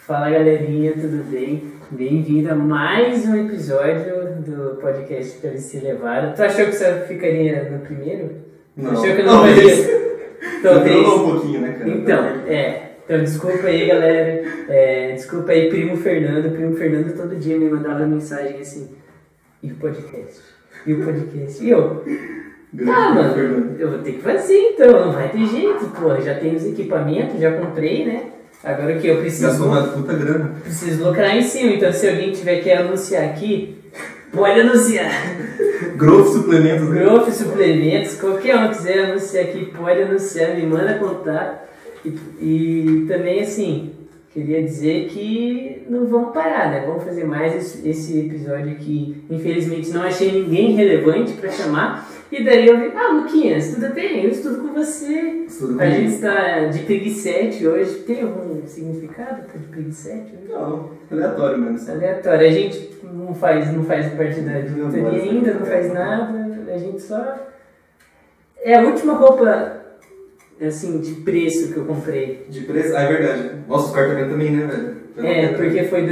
Fala galerinha, tudo bem? Bem-vindo a mais um episódio do podcast Pra Se Levar. Tu achou que você ficaria no primeiro? Não. Achou que eu não faria? Talvez. Um pouquinho, né, cara? Então desculpa aí galera, desculpa aí primo Fernando. Primo Fernando todo dia me mandava mensagem assim, e o podcast? E o podcast? E eu? Mano, eu vou ter que fazer então, não vai ter jeito, pô, já tenho os equipamentos, já comprei, né? Agora o que eu preciso... Gastou uma puta grana. Preciso lucrar em cima, então se alguém tiver que anunciar aqui, pode anunciar. Growth Suplementos. Growth Suplementos, qualquer um quiser anunciar aqui, pode anunciar, me manda contato. E também assim, queria dizer que não vamos parar, né? Vamos fazer mais esse episódio aqui. Infelizmente não achei ninguém relevante para chamar. E daí eu vi, Luquinhas, tudo bem? Eu estudo com você. A gente está de preguiçete hoje. Tem algum significado de preguiçete hoje? Não, aleatório mesmo. Aleatório. A gente não faz parte da diretoria ainda, não faz nada. A gente só... É a última roupa, assim, de preço que eu comprei. De preço? Ah, é verdade. Nossa, os cartamentos também, né, velho? Porque foi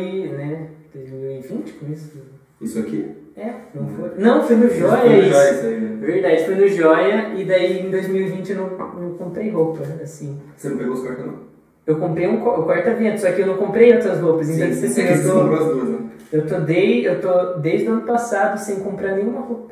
2020 com isso. Isso aqui? Não foi. Não, foi no Joia foi no isso. Joia, isso aí, né? Verdade, foi no Joia e daí em 2020 eu não comprei roupa, assim. Você não pegou os cartões, não? Eu comprei o corta-vento, só que eu não comprei outras roupas. Então, Sim, você comprou as duas, né? Eu tô desde o ano passado sem comprar nenhuma roupa.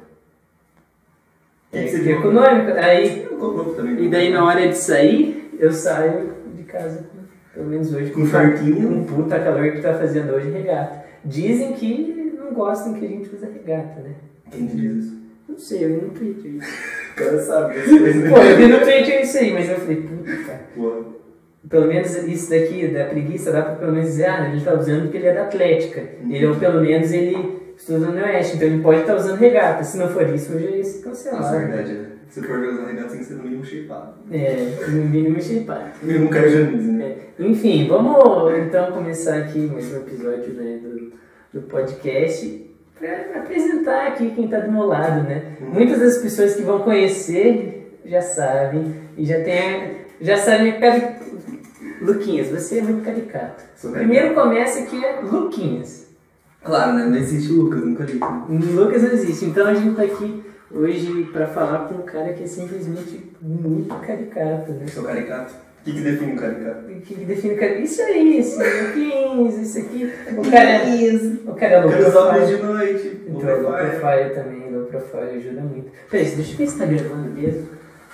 Você econômico. Aí, também, e daí na hora de sair, eu saio de casa, pelo menos hoje. Com shortinho. Com puta calor que tá fazendo hoje, regata. Dizem que não gostam que a gente usa regata, né? Quem diz isso? Não sei, eu vi no Twitter isso. O cara sabe. Pô, eu vi no Twitter isso aí, mas eu falei, puta, cara. Pô. Pelo menos isso daqui, da preguiça, dá pra pelo menos dizer, ele tá usando porque ele é da Atlética. Ele, ou pelo menos, ele estuda no Oeste, então ele pode estar usando regata. Se não for isso, hoje ia se cancelar. Nossa, é verdade, né? Se for usar regata, tem que ser no mínimo shapeado. No mínimo shapeado. No mínimo carjanese, né? Enfim, vamos então começar aqui mais um episódio, né, do podcast. Para apresentar aqui quem está do meu lado, né? Muitas das pessoas que vão conhecer já sabem e já sabem. Luquinhas, você é muito caricato. Primeiro começa que é Luquinhas. Claro, né? Não existe Lucas, nunca li. Lucas não existe. Então a gente está aqui hoje para falar com um cara que é simplesmente muito caricato, né? Sou caricato. O que define um caricato? O que define o caricato? Isso aí, esse Luquinhas, isso aqui. O cara é low profile. De noite. Então, low profile também, low profile ajuda muito. Peraí, deixa eu ver se tá gravando mesmo.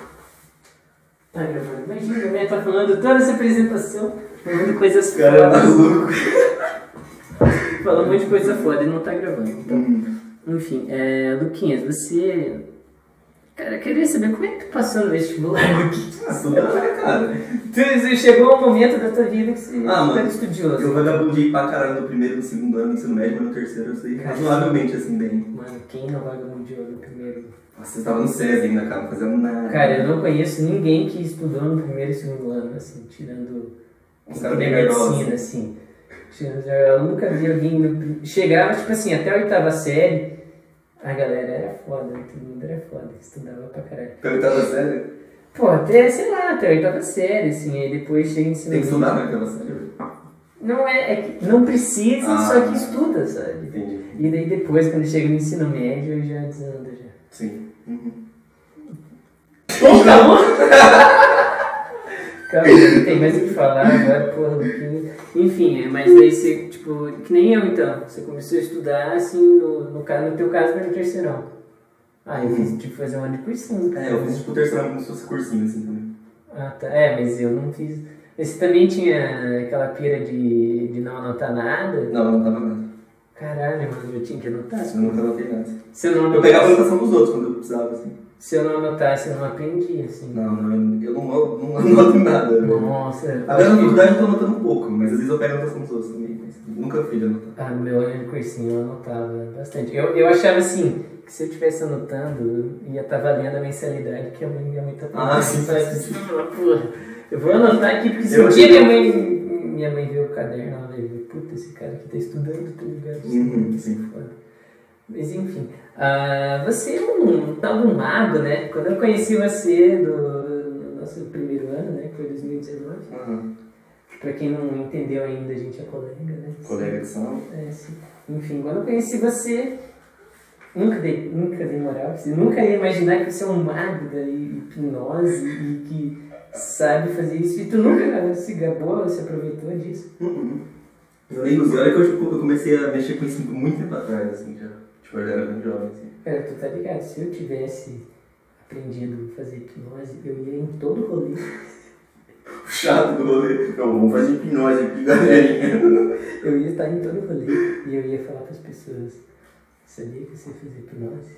Tá gravando. Imagina, né? Tá falando toda essa apresentação, falando coisas fodas. Cara, tá louco. Falando um monte de coisa foda e não tá gravando. Então, enfim, Luquinhas, você... Cara, eu queria saber como é que tu passou no vestibular, Luquinhas? Tudo bem, cara. Chegou um momento da tua vida que você era estudioso. Eu vagabundei pra caralho no primeiro, no segundo ano, no ensino médio, mas no terceiro eu sei razoavelmente assim, bem. Mano, quem não vagabundeou no primeiro? Nossa, você tava no SESI ainda, cara, não fazendo nada. Cara, eu não conheço ninguém que estudou no primeiro e segundo ano, assim, tirando medicina, assim. Eu nunca vi alguém... Chegava, tipo assim, até a 8ª série, a galera era foda, todo mundo era foda, estudava pra caralho. Até a 8ª série? Pô, até, sei lá, até a 8ª série, assim, aí depois chega em ensino Tem que estudar na 8ª série? Não é que não precisa, só que estuda, sabe? Entendi. E daí depois, quando chega no ensino médio, já desanda já. Sim. Acabou? Acabou, não tem mais o que falar agora, porra, enfim, mas daí você, tipo, que nem eu então, você começou a estudar, assim, no teu caso foi no terceirão. Eu fiz, tipo, fazer um ano de cursinho. Eu fiz, tipo, o terceirão como se fosse cursinho, assim, também. Tá, mas eu não fiz. Você também tinha aquela pira de não anotar nada? Não, eu não tava nada. Caralho, mano, eu tinha que anotar. Eu nunca anotei nada. Eu pegava a anotação dos outros quando eu precisava, assim. Se eu não anotasse, eu não aprendia, assim. Não, eu não anoto nada. Nossa. Até na faculdade eu tô anotando um pouco, mas às vezes eu pego a anotação dos outros também. Mas nunca fui de anotar. No meu ano de cursinho eu anotava bastante. Eu achava assim, que se eu estivesse anotando, ia estar valendo a mensalidade que a minha mãe tá pagando. Sim. Porra, eu vou anotar aqui, porque se um dia minha mãe vê o caderno, ela vai ver, puta, esse cara aqui tá estudando, tá ligado? Sim. Foda. Mas enfim, você é um tal de mago, né? Quando eu conheci você no nosso primeiro ano, né? Que foi 2019. pra quem não entendeu ainda, a gente é colega, né? Colega de sala. Sim. Enfim, quando eu conheci você, nunca dei moral. Você nunca ia imaginar que você é um mago da hipnose e que sabe fazer isso. E tu nunca se gabou, se aproveitou disso. Eu lembro, olha que eu comecei a mexer com isso muito tempo atrás, assim, já. Tipo, eu já era bem jovem, assim. Cara, tu tá ligado? Se eu tivesse aprendido a fazer hipnose, eu ia em todo rolê. O chato do rolê. Não, vamos fazer hipnose aqui, galerinha. Eu ia estar em todo rolê e eu ia falar pras pessoas: sabia que você fazia hipnose?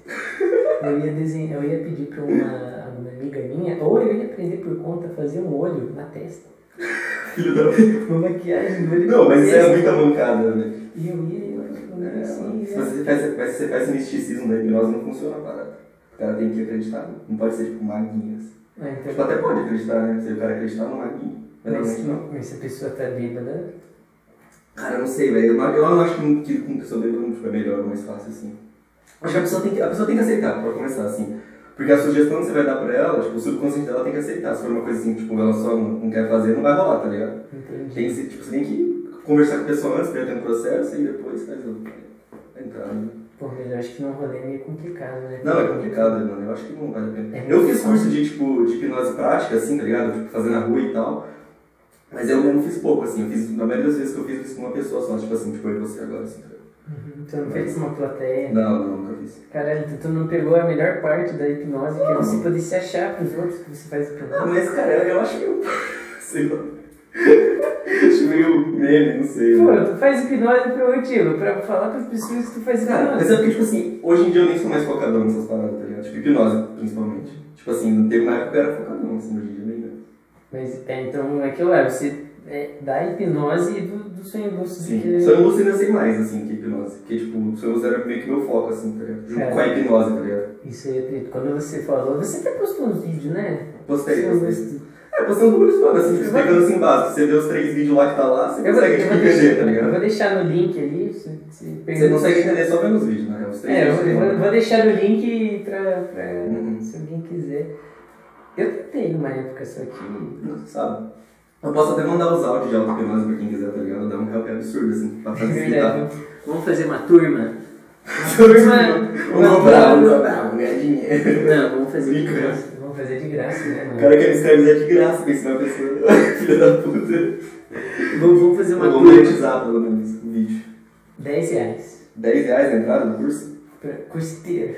Eu ia pedir pra uma amiga minha, ou eu ia aprender por conta a fazer um olho na testa. Filho da... Uma maquiagem no olho. Não, mas isso é muita mancada, né? E eu ia assim. Se você faz misticismo da hipnose, não funciona a parada. O cara tem que acreditar, não pode ser tipo maguinho assim. Então... Tipo, até pode acreditar, né? Se o cara acreditar no maguinho. Mas se a pessoa tá bêbada. Cara, eu não sei, velho. Eu não acho que com pessoa bêbada não fica melhor ou mais fácil assim. Acho que a pessoa tem que aceitar, pra começar assim. Porque a sugestão que você vai dar pra ela, tipo, o subconsciente dela tem que aceitar. Se for uma coisa assim, tipo, ela só não quer fazer, não vai rolar, tá ligado? Entendi. Tem que ser, tipo, você tem que conversar com a pessoa antes, ter um processo e depois faz a entrada. Né? Pô, mas eu acho que num rolê é meio complicado, né? Não, é complicado, mano. Eu acho que não vale a pena. Eu fiz curso de hipnose prática, assim, tá ligado? Tipo, fazer na rua e tal. Mas eu não fiz pouco, assim. Eu fiz, na maioria das vezes que eu fiz com uma pessoa só, tipo assim, tipo eu e você agora, assim, tá ligado? Tu não fez uma plateia? Não, nunca fiz. Caralho, tu não pegou a melhor parte da hipnose, que é você poder se achar pros outros que você faz hipnose. Ah, mas cara, eu acho que eu... sei lá. Acho meio meme, não sei. Pô, tu faz hipnose por um motivo, pra falar pras pessoas que tu faz hipnose. Cara, mas é porque, tipo assim, hoje em dia eu nem sou mais focadão nessas paradas, tá ligado? Tipo, hipnose, principalmente. Tipo assim, teve uma época que eu era focadão, assim, hoje em dia nem não. Mas, então, aquilo lá, você dá hipnose do sonho lúcido. Sim, que... sonho lúcido ainda sei mais, assim, que hipnose. Porque, tipo, o sonho lúcido era meio que meu foco, assim, tá ligado? Junto com a hipnose, tá ligado? Isso aí, quando você falou, você até postou uns vídeos, né? Postei. Postei um número falando, assim, tipo, explicando assim básico. Você vê os 3 vídeos lá que tá lá, você consegue entender, tá ligado? Eu vou deixar no link ali, você consegue entender só vendo os vídeos, né? Os 3 vídeos. Eu vou deixar no link pra se alguém quiser. Eu tentei uma época, só que... Não, você sabe. Eu posso até mandar os áudios de auto-hipnose pra quem quiser, tá ligado? Dar um help absurdo, assim, pra facilitar. Vamos fazer uma turma? Vamos ganhar dinheiro. Não, vamos fazer de graça. Vamos fazer de graça, né, mano? O cara quer me escrever de graça pra ensinar a pessoa. Filha da puta. Vamos fazer uma turma. Vamos monetizar, pelo menos, o vídeo. R$10. R$10 a entrada no curso? Curso inteiro.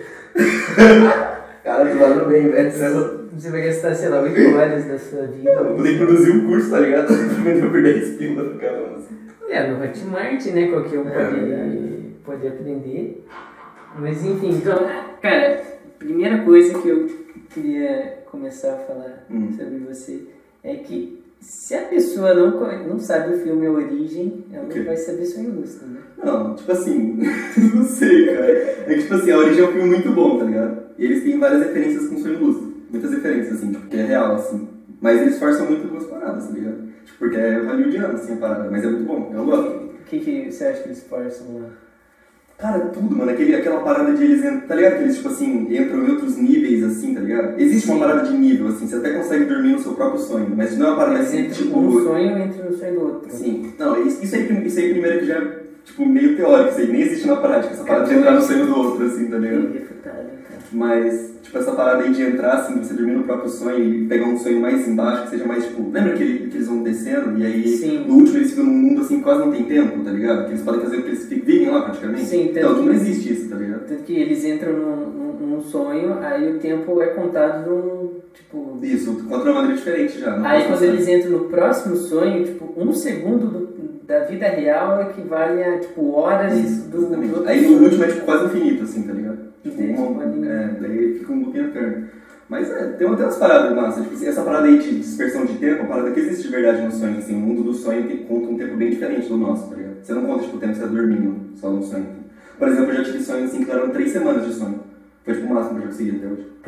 Cara, tu valeu bem, velho. Você vai gastar, sei lá, 8 horas da sua vida. Eu vou ter que produzir um curso, tá ligado? Vendeu por 10 pila no caramba. No Hotmart, né? Qualquer um pode aprender. Mas enfim, então, cara, primeira coisa que eu queria começar a falar sobre você é que se a pessoa não sabe o filme A Origem, ela não vai saber Sonho Lúcido, né? Não, tipo assim, não sei, cara. É que, tipo assim, A Origem é um filme muito bom, tá ligado? E eles têm várias referências com Sonho Lúcido. Muitas referências, assim, tipo, que é real, assim. Mas eles forçam muito algumas paradas, tá ligado? Tipo, porque é hollywoodiano, assim, a parada. Mas é muito bom, eu gosto. O que você acha que eles forçam lá? Cara, tudo, mano. Aquela parada de eles, tá ligado? Que eles, tipo assim, entram em outros níveis, assim, tá ligado? Existe uma parada de nível, assim. Você até consegue dormir no seu próprio sonho. Mas não é uma parada assim, tipo... um sonho entre um sonho do outro. Sim. Não, isso aí primeiro que já é, tipo, meio teórico. Isso aí nem existe na prática. Essa parada de entrar no sonho do outro, assim, tá ligado? Irrefutável, cara. Mas, tipo, essa parada aí de entrar, assim, você dormir no próprio sonho e pegar um sonho mais embaixo, que seja mais, tipo... Lembra que eles vão descendo e aí, Sim. No último, eles ficam num mundo, assim, que quase não tem tempo, tá ligado? Que eles podem fazer o que eles vivem lá, praticamente. Sim, então, não existe isso, tá ligado? Tanto que eles entram num sonho, aí o tempo é contado num, tipo... Isso, conta de uma maneira diferente já. Aí quando eles entram no próximo sonho, tipo, 1 segundo da vida real equivale a, tipo, horas isso, do aí no último é, tipo, quase infinito, assim, tá ligado? Tipo, Entendi. Daí fica um looping eterno. Mas tem umas paradas massas, tipo assim, essa parada aí de dispersão de tempo, uma parada que existe de verdade no sonho, assim, o mundo do sonho conta um tempo bem diferente do nosso, tá ligado? Você não conta, tipo, o tempo que você tá dormindo, só no sonho. Por exemplo, eu já tive sonhos, assim, que duraram 3 semanas de sonho. Foi, tipo, o máximo que eu já consegui até hoje.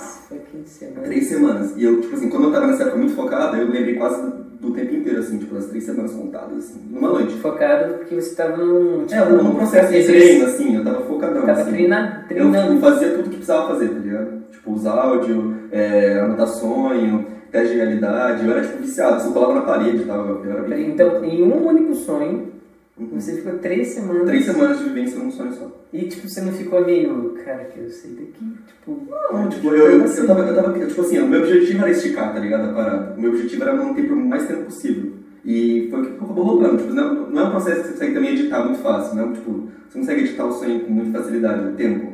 3 semanas. E eu, tipo assim, quando eu tava nessa época muito focada, eu lembrei quase do tempo inteiro, assim, tipo, das 3 semanas contadas, assim, numa noite. Focado porque você tava num... Tipo, num processo de treino, assim, eu tava focadão, tava assim. treinando. Eu fazia tudo que precisava fazer, tá ligado? Tipo, os áudios, anotar sonho, teste de realidade, eu era tipo viciado, eu colava na parede e tal. Então, em um único sonho, você ficou 3 semanas... 3 semanas de vivência num sonho só. E, tipo, você não ficou meio, cara, que eu sei daqui, tipo... Não, tipo, eu tava, tipo assim, o meu objetivo era esticar, tá ligado, a parada. O meu objetivo era manter por o mais tempo possível. E foi o que acabou rolando. Tipo, não é um processo que você consegue também editar muito fácil, não é, tipo, você não consegue editar o sonho com muita facilidade, o tempo.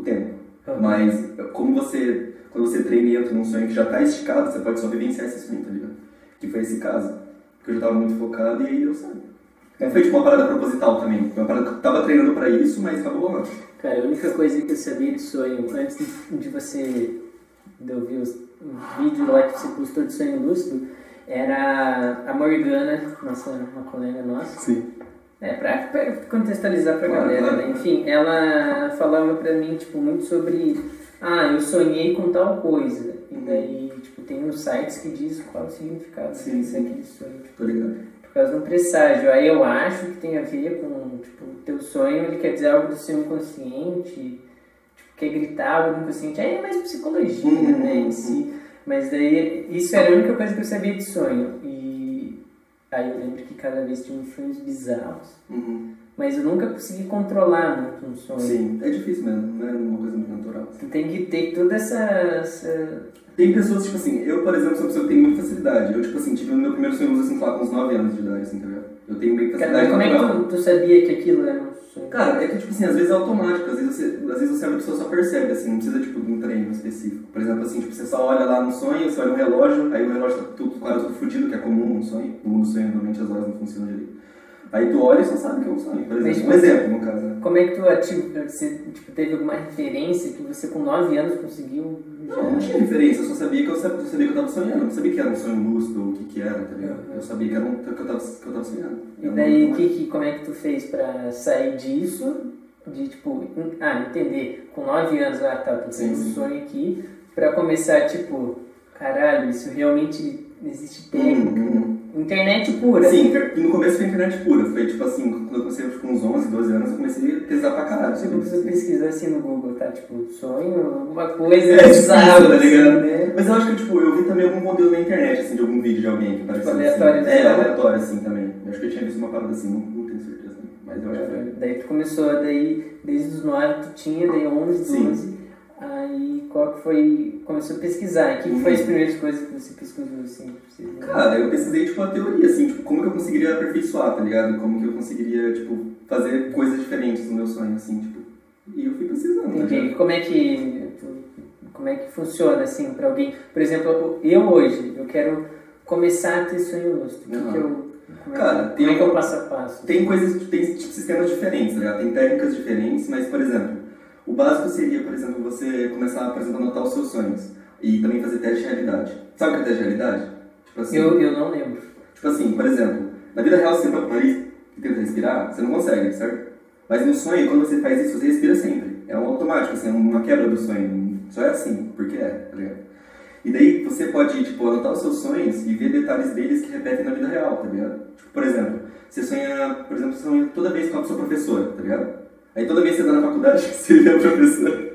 Mas, quando você treina e entra num sonho que já tá esticado, você pode só vivenciar esse sonho, tá ligado? Que foi esse caso. Porque eu já tava muito focado e aí deu certo. Não foi tipo uma parada proposital também. Foi uma parada que eu tava treinando pra isso, mas acabou rolando. Cara, a única coisa que eu sabia de sonho, antes de você ouvir o vídeo lá que você postou de sonho lúcido, era a Morgana, uma colega nossa. Sim. Pra contextualizar pra galera, né? Enfim, ela falava pra mim, tipo, muito sobre... eu sonhei com tal coisa. E daí, tipo, tem uns sites que diz qual é o significado daquele sonho. Tô ligado. Por causa de um presságio. Aí eu acho que tem a ver com, tipo, o teu sonho, ele quer dizer algo do seu inconsciente, tipo, quer gritar algo do inconsciente. Aí é mais psicologia, né, em si. Mas daí, isso era a única coisa que eu sabia de sonho. E aí eu lembro que cada vez tinha uns sonhos bizarros. Mas eu nunca consegui controlar muito um sonho. Sim, é difícil mesmo, não é uma coisa muito natural. Tu tem que ter toda essa... Tem pessoas, tipo assim, eu, por exemplo, sou uma pessoa que tem muita facilidade. Eu, tipo assim, tive o meu primeiro sonho assim, com uns 9 anos de idade, assim, tá ligado? Eu tenho meio facilidade. Cara, mas como é que tu sabia que aquilo era um sonho? Cara, é que, tipo assim, às vezes é automático, às vezes você a pessoa só percebe, assim, não precisa, tipo, de um treino específico. Por exemplo, assim, tipo, você só olha lá no sonho, você olha no relógio, aí o relógio tá tudo fudido, que é comum num sonho. No mundo do sonho, normalmente as horas não funcionam direito. Aí tu olha e só sabe que é um sonho, por exemplo. Um exemplo, no caso, né? Como é que você teve alguma referência que você com 9 anos conseguiu? Não tinha referência, eu só sabia que eu tava sonhando. Eu não sabia que era um sonho lúcido ou o que era, tá ligado? Eu sabia que era que eu tava sonhando. E daí, como é que tu fez pra sair disso? De, tipo, entender. Com 9 anos, tô tendo um sonho aqui. Pra começar, tipo, caralho, isso realmente existe técnica. Internet pura. Sim, e no começo foi internet pura. Foi tipo assim, quando eu comecei com uns 11, 12 anos, eu comecei a pesquisar pra caralho. Você não precisa pesquisar assim no Google, tá? Tipo, sonho, alguma coisa bizarra, tá ligado? Né? Mas eu acho que, tipo, eu vi também algum conteúdo na internet, assim, de algum vídeo de alguém que parecia tipo, aleatório, assim. Aleatório, assim, também. Eu acho que eu tinha visto uma parada assim, não tenho certeza. Mas eu acho que foi. Daí tu começou, desde os 9 tu tinha, daí 11, 12. Sim. Aí, qual que foi... Começou a pesquisar. O que foi as primeiras coisas que você pesquisou, assim? Cara, eu pesquisei, tipo, a teoria, assim, tipo, como que eu conseguiria aperfeiçoar, tá ligado? Como que eu conseguiria, tipo, fazer coisas diferentes no meu sonho, assim, tipo... E eu fui pesquisando. Entendi. Como é que funciona, assim, pra alguém... Por exemplo, eu hoje, eu quero começar a ter sonho lúcido. Como é que eu passo a passo? Tem coisas, tem tipo, sistemas diferentes, tá ligado? Tem técnicas diferentes, mas, por exemplo... O básico seria, por exemplo, você começar, por exemplo, a anotar os seus sonhos e também fazer teste de realidade. Sabe o que é teste de realidade? Tipo assim, eu não lembro. Tipo assim, por exemplo, na vida real você tenta respirar, você não consegue, certo? Mas no sonho, quando você faz isso, você respira sempre. É um automático, assim, é uma quebra do sonho. Só é assim, porque tá ligado? E daí você pode, tipo, anotar os seus sonhos e ver detalhes deles que repetem na vida real, tá ligado? Tipo, por exemplo, você sonha toda vez com a sua professora, tá ligado? Aí toda vez que você tá na faculdade, você vê a professora.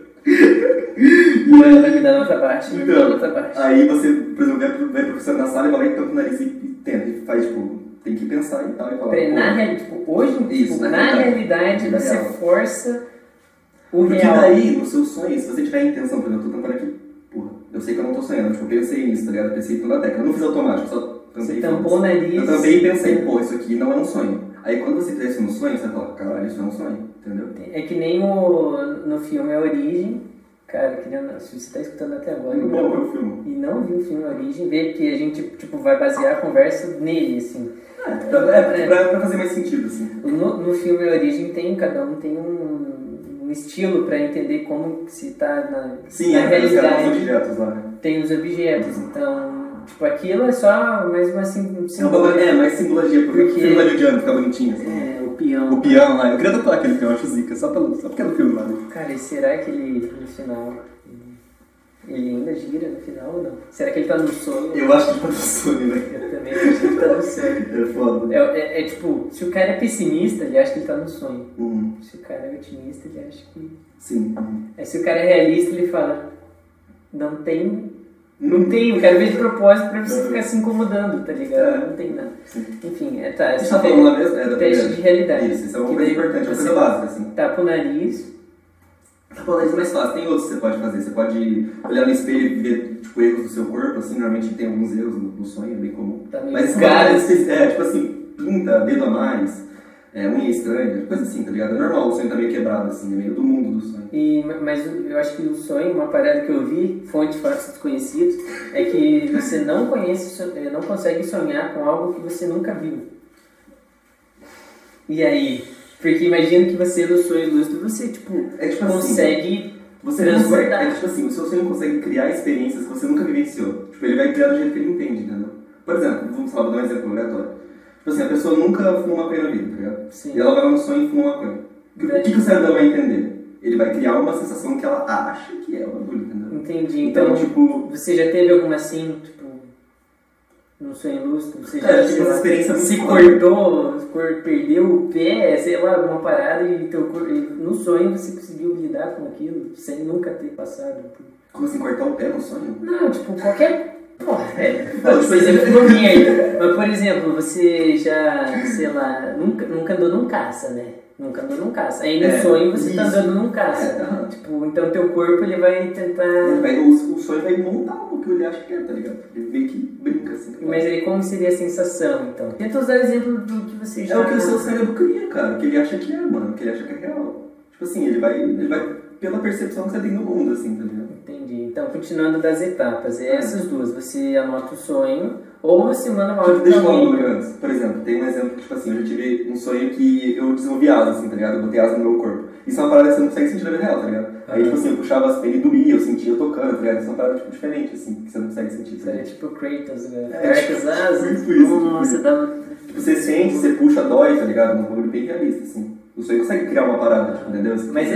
Vai me dar nota baixa, Aí você, por exemplo, vê a professora na sala e vai lá e tampa o nariz e tenta. E faz, tipo, tem que pensar e tal. E falar, hoje, na realidade, você força o real. Porque daí, nos seus sonhos, se você tiver a intenção, por exemplo, eu tô tampando aqui, porra, eu sei que eu não tô sonhando, tipo, eu pensei nisso, tá ligado? Eu pensei na técnica. Eu não fiz automático, só tampei. Você tampou o nariz. Eu tampei e pensei, pô, isso aqui não é um sonho. Aí quando você fizer isso no sonho, você vai falar, caralho, isso é um sonho, entendeu? É que nem no filme A Origem, cara, se você tá escutando até agora Muito bom o filme. E não viu o filme A Origem, vê que a gente tipo, vai basear a conversa nele, assim. Pra fazer mais sentido, assim. No filme A Origem cada um tem um estilo pra entender como se tá na realidade. Tem os objetos lá, né? Tem os objetos, então... Tipo, aquilo é só mais uma simbologia. Mais simbologia, porque o filme hollywoodiano fica bonitinho, assim. O peão. O peão lá. Eu queria tatuar aquele peão, acho zica, só porque é do filme lá, né? Cara, e será que ele, no final, ele ainda gira no final ou não? Será que ele tá no sonho? Eu acho que ele tá no sonho, né? Eu também acho que ele tá no sonho. É foda. É tipo, se o cara é pessimista, ele acha que ele tá no sonho. Se o cara é otimista, ele acha que... Sim. Se o cara é realista, ele fala, não tem Não tem, eu quero ver de propósito pra você ficar se incomodando, tá ligado? Não tem nada. Enfim, tá. Você tá falando lá mesmo? Teste de realidade. Isso é uma coisa importante, uma coisa básica, assim. Tapa o nariz. Tapa o nariz é mais fácil, tem outros que você pode fazer. Você pode olhar no espelho e ver, tipo, erros do seu corpo, assim, normalmente tem alguns erros no sonho, é bem comum. Tá meio mas tipo assim, pinta, dedo a mais, unha estranha, coisa assim, tá ligado? É normal, o sonho tá meio quebrado, assim, é meio do mundo do sonho. Mas eu acho que o sonho, uma parada que eu vi, fonte de fatos desconhecidos, é que você não consegue sonhar com algo que você nunca viu. E aí? Porque imagina que você, no sonho lúcido, você, consegue transbordar. Tipo assim, o seu sonho consegue criar experiências que você nunca vivenciou. Tipo, ele vai criar do jeito que ele entende, entendeu? Por exemplo, vou dar um exemplo aleatório. Tipo assim, a pessoa nunca fumou maconha na vida, tá ligado? Sim. E ela vai lá no sonho e fuma maconha. O que o cérebro dela vai entender? Ele vai criar uma sensação que ela acha que é o bagulho, entendeu? Entendi. Então, tipo... Você já teve alguma assim, tipo, no sonho lúcido? Você já tive uma experiência muito se cortou, perdeu o pé, sei lá, alguma parada e no sonho você conseguiu lidar com aquilo sem nunca ter passado por... Como assim, cortar o pé no sonho? Não, tipo, qualquer... Porra, por exemplo, mas, por exemplo, você já, sei lá, nunca andou num caça, né? Nunca andou num caça. Aí no sonho você tá andando num caça. Tipo, então teu corpo ele vai tentar... O sonho vai montar o que ele acha que é, tá ligado? Ele meio que brinca assim. Mas aí como seria a sensação, então? Tenta usar exemplo do que você já... É o que o seu cérebro cria, cara. O que ele acha que é, mano. O que ele acha que é real. Tipo assim, ele vai pela percepção que você tem do mundo, assim, tá ligado? Entendi. Então, continuando das etapas, essas duas. Você anota o sonho, ou você manda um áudio Deixa eu falar um bagulho antes. Por exemplo, tem um exemplo que, tipo assim, eu já tive um sonho que eu desenvolvi asa, assim, tá ligado? Eu botei asa no meu corpo. Isso é uma parada que você não consegue sentir na vida real, tá ligado? Aí, tipo assim, eu puxava as penas e doía, eu sentia tocando, tá ligado? Isso é uma parada, tipo, diferente, assim, que você não consegue sentir, tá ligado? É tipo Kratos, né? Kratos asas. Tipo isso. Nossa, dava... Tipo, você sente, você puxa, dói, tá ligado? Um bagulho bem realista, assim. O sonho consegue criar uma parada, tipo, entendeu? Mas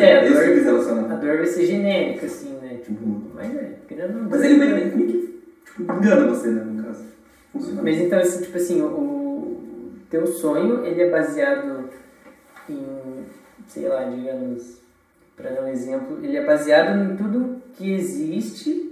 a dor vai ser genérica, assim, né? Tipo, mas Mas ele meio que tipo, engana você, né, no caso. Funciona. Mas então, assim, tipo assim, o teu sonho, ele é baseado em, sei lá, digamos, para dar um exemplo, ele é baseado em tudo que existe,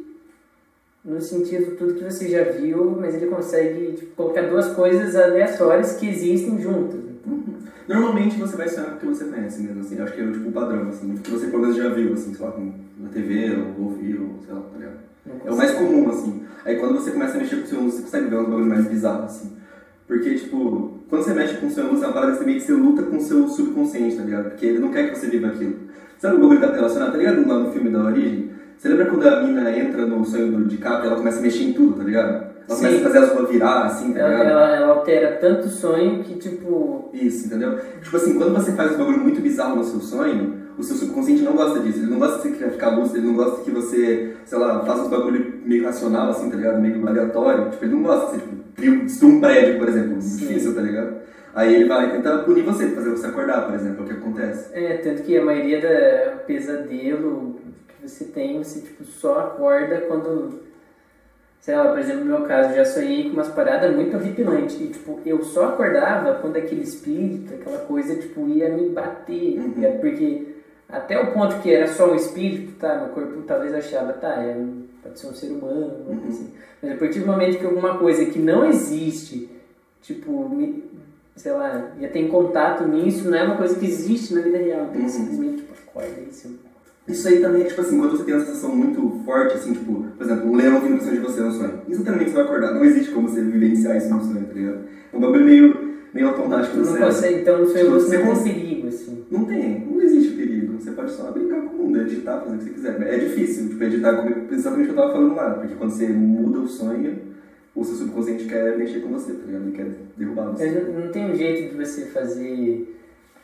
no sentido de tudo que você já viu, mas ele consegue tipo, colocar duas coisas aleatórias que existem juntas. Normalmente você vai sonhar com o que você conhece mesmo, assim, acho que é tipo o padrão, assim, o que você pelo menos já viu, assim, sei lá, na TV, ou ouviu, sei lá, tá ligado? É o mais comum, assim. Aí quando você começa a mexer com o sonho lúcido, você consegue ver uns bagulhos mais bizarros, assim. Porque, tipo, quando você mexe com o sonho lúcido, é uma parada que você meio que você luta com o seu subconsciente, tá ligado? Porque ele não quer que você viva aquilo. Sabe o bagulho que tá relacionado? Tá ligado lá no filme da Origem? Você lembra quando a mina entra no sonho do DiCaprio e ela começa a mexer em tudo, tá ligado? Ela começa a fazer as ruas virar, assim, tá ligado? Ela altera tanto o sonho que, tipo... Isso, entendeu? Tipo assim, quando você faz um bagulho muito bizarro no seu sonho, o seu subconsciente não gosta disso. Ele não gosta que você ficar lúcido, ele não gosta que você, sei lá, faça uns bagulho meio racional, assim, tá ligado? Meio aleatório. Tipo, ele não gosta que você, tipo, destrua um prédio, por exemplo. Sim. Difícil, tá ligado? Aí ele vai tentar punir você, fazer você acordar, por exemplo, é o que acontece. Tanto que a maioria do pesadelo que você tem, você, tipo, só acorda quando... Sei lá, por exemplo, no meu caso, eu já sonhei com umas paradas muito horripilantes. E, tipo, eu só acordava quando aquele espírito, aquela coisa, tipo, ia me bater. Porque até o ponto que era só um espírito, tá? Meu corpo talvez achava, pode ser um ser humano, assim. Mas a partir do momento que alguma coisa que não existe, tipo, sei lá, ia ter contato nisso, não é uma coisa que existe na vida real. Então, simplesmente, tipo, acorda isso. Isso aí também é, tipo assim, quando você tem uma sensação muito forte, assim, tipo, por exemplo, um leão vindo pra cima de você no sonho. Instantaneamente você vai acordar. Não existe como você vivenciar isso no sonho, tá ligado? É um bagulho meio automático no cérebro. Então no sonho você não tem perigo, assim. Não existe perigo. Você pode só brincar com o mundo, editar, fazer o que você quiser. É difícil, tipo, editar exatamente o que eu tava falando lá, porque quando você muda o sonho, o seu subconsciente quer mexer com você, tá ligado? Ele quer derrubar você. Mas não tem um jeito de você fazer...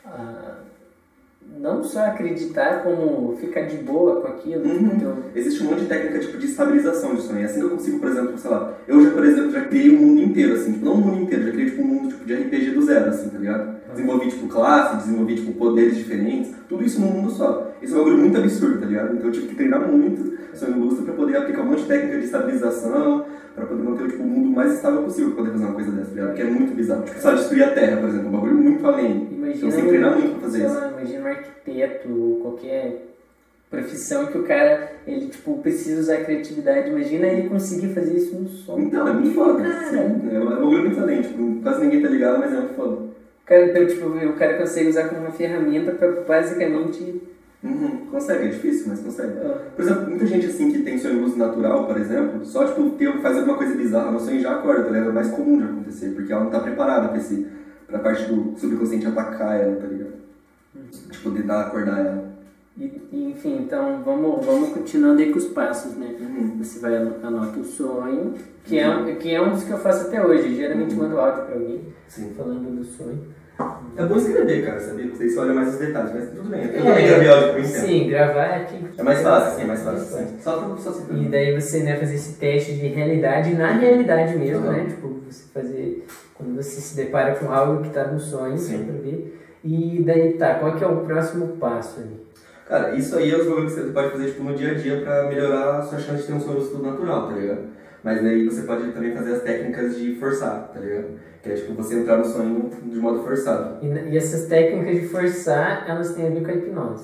não só acreditar, como ficar de boa com aquilo. Então... Existe um monte de técnica tipo, de estabilização de sonho. É assim que eu consigo, por exemplo, sei lá, eu já, por exemplo, já criei um mundo inteiro, assim, não um mundo inteiro, já criei tipo, um mundo tipo, de RPG do zero, assim, tá ligado? Desenvolvi tipo classe, desenvolvi tipo poderes diferentes, tudo isso num mundo só. Isso é um bagulho muito absurdo, tá ligado? Então eu tive que treinar muito sonho lúcido pra poder aplicar um monte de técnica de estabilização, pra poder manter tipo, o mundo mais estável possível pra poder fazer uma coisa dessa, tá ligado? Porque é muito bizarro. Tipo, sabe, destruir a Terra, por exemplo, um bagulho muito além. Então você tem que treinar muito pra fazer isso. Imagina um arquiteto, qualquer profissão que o cara, ele, tipo, precisa usar a criatividade. Imagina ele conseguir fazer isso no som. Então, é muito foda. Sim, é um bagulho muito além, tipo, quase ninguém tá ligado, mas é muito foda. O cara, então, tipo, o cara consegue usar como uma ferramenta pra basicamente... Consegue, é difícil, mas consegue. Por exemplo, muita gente assim que tem sonho luz natural, por exemplo, só tipo, faz alguma coisa bizarra no sonho e já acorda, tá ligado? É mais comum de acontecer, porque ela não tá preparada pra parte do subconsciente atacar ela, tá ligado? Tipo, tentar acordar ela. Enfim, então vamos continuando aí com os passos, né? Você vai anota o sonho, que é um dos que eu faço até hoje. Geralmente mando áudio pra alguém falando do sonho. É bom escrever, cara, sabia? Porque você olha mais os detalhes, mas tudo bem. Eu também gravei áudio por inteiro. Sim, gravar aqui. É mais fácil, sim, é mais fácil. Sim. Só se E daí você, né, fazer esse teste de realidade na realidade mesmo, né? Tipo, você fazer quando você se depara com algo que tá no sonho, só pra ver. E daí qual que é o próximo passo ali? Cara, isso aí é os bagulhos que você pode fazer tipo, no dia a dia pra melhorar a sua chance de ter um sonho lúcido natural, tá ligado? Mas daí você pode também fazer as técnicas de forçar, tá ligado? Que é tipo você entrar no sonho de modo forçado. E essas técnicas de forçar, elas têm a ver com a hipnose?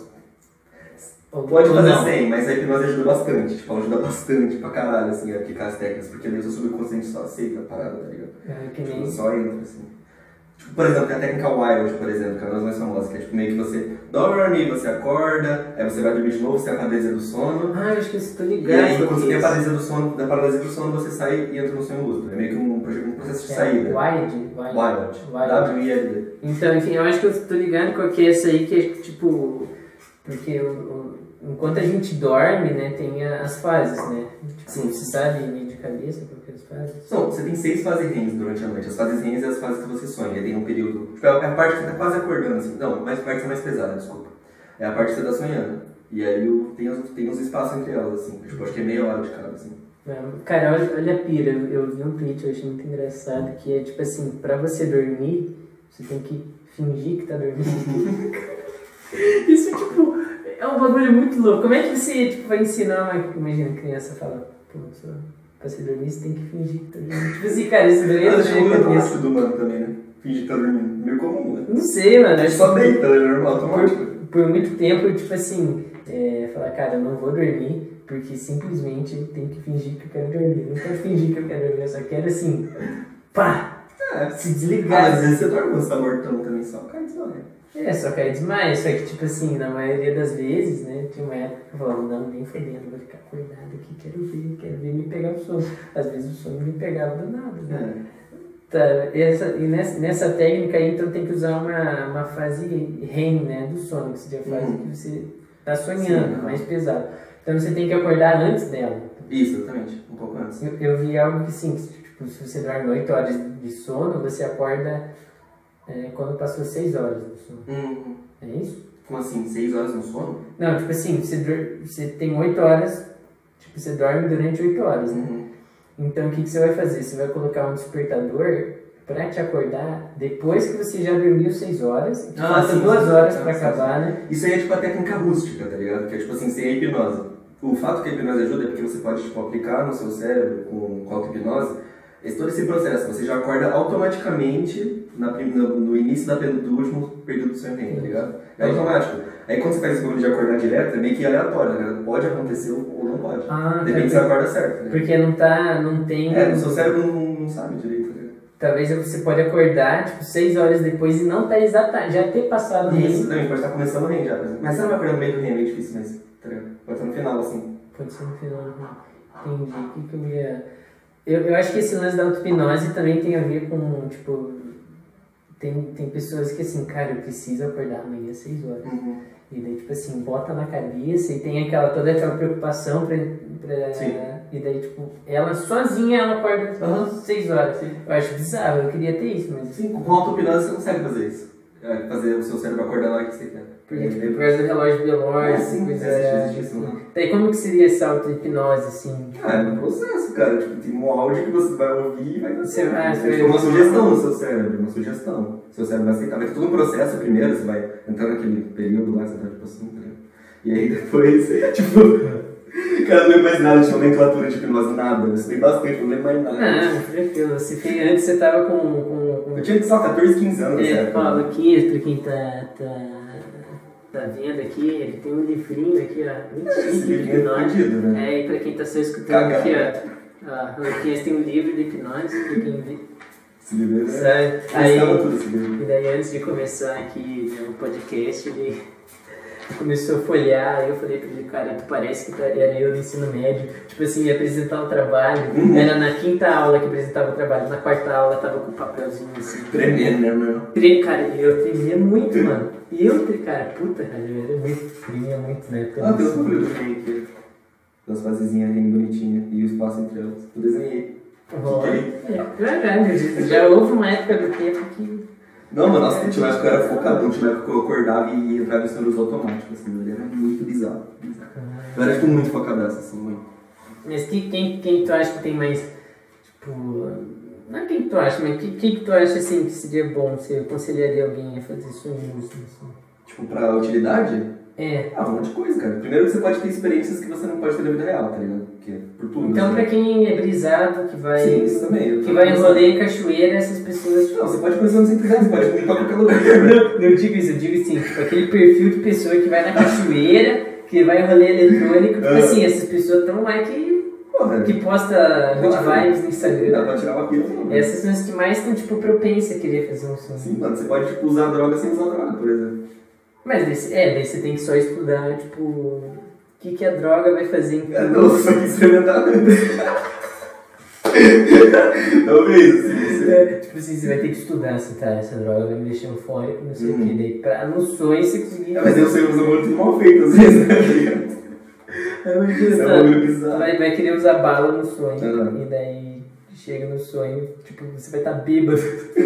Pode fazer sem, mas a hipnose ajuda bastante. Tipo, ela ajuda bastante pra caralho, assim, a aplicar as técnicas. Porque daí o seu subconsciente só aceita a parada, tá ligado? Que nem... Tipo, só entra, assim. Tipo, por exemplo, tem a técnica Wild, por exemplo, que é uma das mais famosas, que é tipo meio que você dorme, você acorda, aí você vai dormir de novo, você tem a paralisia do sono. Ah, eu acho que eu estou ligado. E aí, quando você tem a paralisia do sono, da paralisia do sono, você sai e entra no sonho lúcido. É meio que um processo de saída. Wild. W-I-L-D. Então, enfim, eu acho que eu estou ligado com que é essa aí, que é tipo... Porque enquanto a gente dorme, né, tem as fases, né? Tipo, Sim. Você sabe meio de cabeça qual que é as fases? Não, você tem 6 fases REMs durante a noite. As fases REMs é as fases que você sonha. Tem um período... Tipo, é a parte que você tá quase acordando, assim. Não, mas a parte que é mais pesada, desculpa. É a parte que você tá sonhando. E aí tem uns espaços entre elas, assim. Tipo, acho que é meia hora de cada, assim. Cara, olha a pira. Eu vi um tweet, eu achei muito engraçado, que é tipo assim, pra você dormir, você tem que fingir que tá dormindo. Isso, tipo, é um bagulho muito louco. Como é que você, tipo, vai ensinar imagina, a criança fala, pô, pra você dormir, você tem que fingir que tá dormindo. Tipo assim, cara, isso daí Mas acho que cabeça do humano também, né? Fingir que tá dormindo. Meio comum, né? Não sei, mano. A gente só deita, né? Normal, automático. Por muito tempo, tipo assim, falar, cara, eu não vou dormir, porque simplesmente eu tenho que fingir que eu quero dormir. Eu não quero fingir que eu quero dormir, eu só quero assim, pá, se desligar. Às vezes você dorme quando você tá mortão também, só cai desmaia. Só cai demais, só que tipo assim, na maioria das vezes, né, tinha uma época que eu falava, não, nem fodendo, vou ficar acordado aqui, quero ver me pegar o sono. Às vezes o sono me pegava do nada, né? Nessa técnica aí, então tem que usar uma fase REM, né, do sono, que seria a fase que você tá sonhando, mais pesado. Então você tem que acordar antes dela. Isso, exatamente, um pouco antes. Eu vi algo que sim, tipo, se você dorme 8 horas de sono, você acorda quando passou 6 horas do sono. É isso? Como assim, 6 horas no sono? Não, tipo assim, você tem 8 horas, tipo, você dorme durante 8 horas, né? Então o que você vai fazer? Você vai colocar um despertador pra te acordar depois que você já dormiu 6 horas, falta 2 horas pra acabar, né? Isso aí é tipo a técnica rústica, tá ligado? Que é tipo assim, sem a hipnose. O fato que a hipnose ajuda é porque você pode tipo, aplicar no seu cérebro com auto-hipnose todo esse processo. Você já acorda automaticamente no início do último período do seu REM, tá ligado? É automático. Aí quando você faz esse bagulho de acordar direto, é meio que aleatório, né? Pode acontecer ou não pode. Depende se você acorda certo, né? Porque não tem... o seu cérebro não sabe direito, né? Talvez você pode acordar, tipo, 6 horas depois e não tá exatamente, já ter passado o Isso, também pode estar começando o REM já, por exemplo. Mas você não vai acordar no meio do REM, é meio difícil mesmo, tá ligado? Pode ser no final, assim. Pode ser no final, entendi. O que eu ia... Eu acho que esse lance da auto-hipnose também tem a ver com, tipo... Tem pessoas que, assim, cara, eu preciso acordar amanhã às 6 horas. E daí, tipo assim, bota na cabeça e tem toda aquela preocupação pra e daí, tipo, ela sozinha, ela acorda às 6 horas. Eu acho bizarro, eu queria ter isso, mas... Sim, com auto-hipnose você consegue fazer isso. Fazer o seu cérebro acordar na hora que você quer. Porque, tipo, por causa do relógio biológico, Daí, como que seria essa auto-hipnose, assim? É um processo, cara. Tipo, tem um áudio que você vai ouvir e vai dar certo. Tem uma sugestão no seu cérebro, uma sugestão. Seu cérebro vai aceitar. Vai ter todo um processo primeiro, você vai entrar naquele período lá, você tá tipo assim, né? E aí depois, tipo... Cara, não lembro mais nada de nomenclatura de hipnose, nada. Eu estudei bastante, não lembro mais nada. Não, tranquilo. Antes você tava com... Eu tinha, só 14, 15 anos, certo? Paulo, 15, pra quem tá tá vendo aqui, ele tem um livrinho aqui, ó. Esse livrinho é perdido, né? É, e pra quem tá só escutando aqui, ó. O Luquinhas tem um livro de hipnose, pra quem esse livro sabe? Aí, tudo esse livro. E daí antes de começar aqui o podcast, ele começou a folhear, aí eu falei pra ele, cara, tu parece que era eu no ensino médio, tipo assim, ia apresentar o trabalho, era na 5ª aula que apresentava o trabalho, na 4ª aula tava com o papelzinho assim. Tremendo, né, meu? Cara, eu tremia muito, mano. E eu, cara, puta, cara, eu era muito, tremia muito na época. Tem outro livro também aqui, das fasezinhas ali bonitinhas, e o espaço entre elas, eu desenhei. Verdade, já houve uma época do tempo que... Não, mas nossa, tinha uma época que eu era focadão, tinha uma época que eu acordava e entrava em sonhos automáticos, assim, ele era muito bizarro. Eu era, tipo, muito focadaço, assim, muito. Mas quem tu acha que tem mais, tipo... Não é quem tu acha, mas que tu acha, assim, que seria bom, você aconselharia alguém a fazer sonhos, assim? Tipo, pra utilidade? É. Um monte de coisa, cara. Primeiro que você pode ter experiências que você não pode ter na vida real, tá ligado? Porque por tudo. Então, assim. pra quem é brisado, que vai... Sim, isso também. Que vai em rolê em cachoeira, essas pessoas... Não, você pode conhecer onde você quiser, você pode ir pra qualquer lugar. Não digo isso, eu digo assim, tipo, aquele perfil de pessoa que vai na cachoeira, que vai em rolê eletrônico, tipo assim, essas pessoas estão lá que posta good vibes no Instagram. Dá pra tirar uma pila. Essas são as que mais estão, tipo, propensas a querer fazer um sonho. Sim, mano, você pode, tipo, usar droga sem usar droga, por exemplo. Mas daí você tem que só estudar, tipo, o que a droga vai fazer em Não, só que experimentar antes. Talvez, assim. Tipo assim, você vai ter que estudar, assim, tá, essa droga vai me deixar eufórico, não sei o que, daí pra no sonho você conseguir... Mas eu sei usar muito mal feito, às vezes, né? Vai querer usar bala no sonho, Uhum. e daí chega no sonho, tipo, você vai estar bêbado.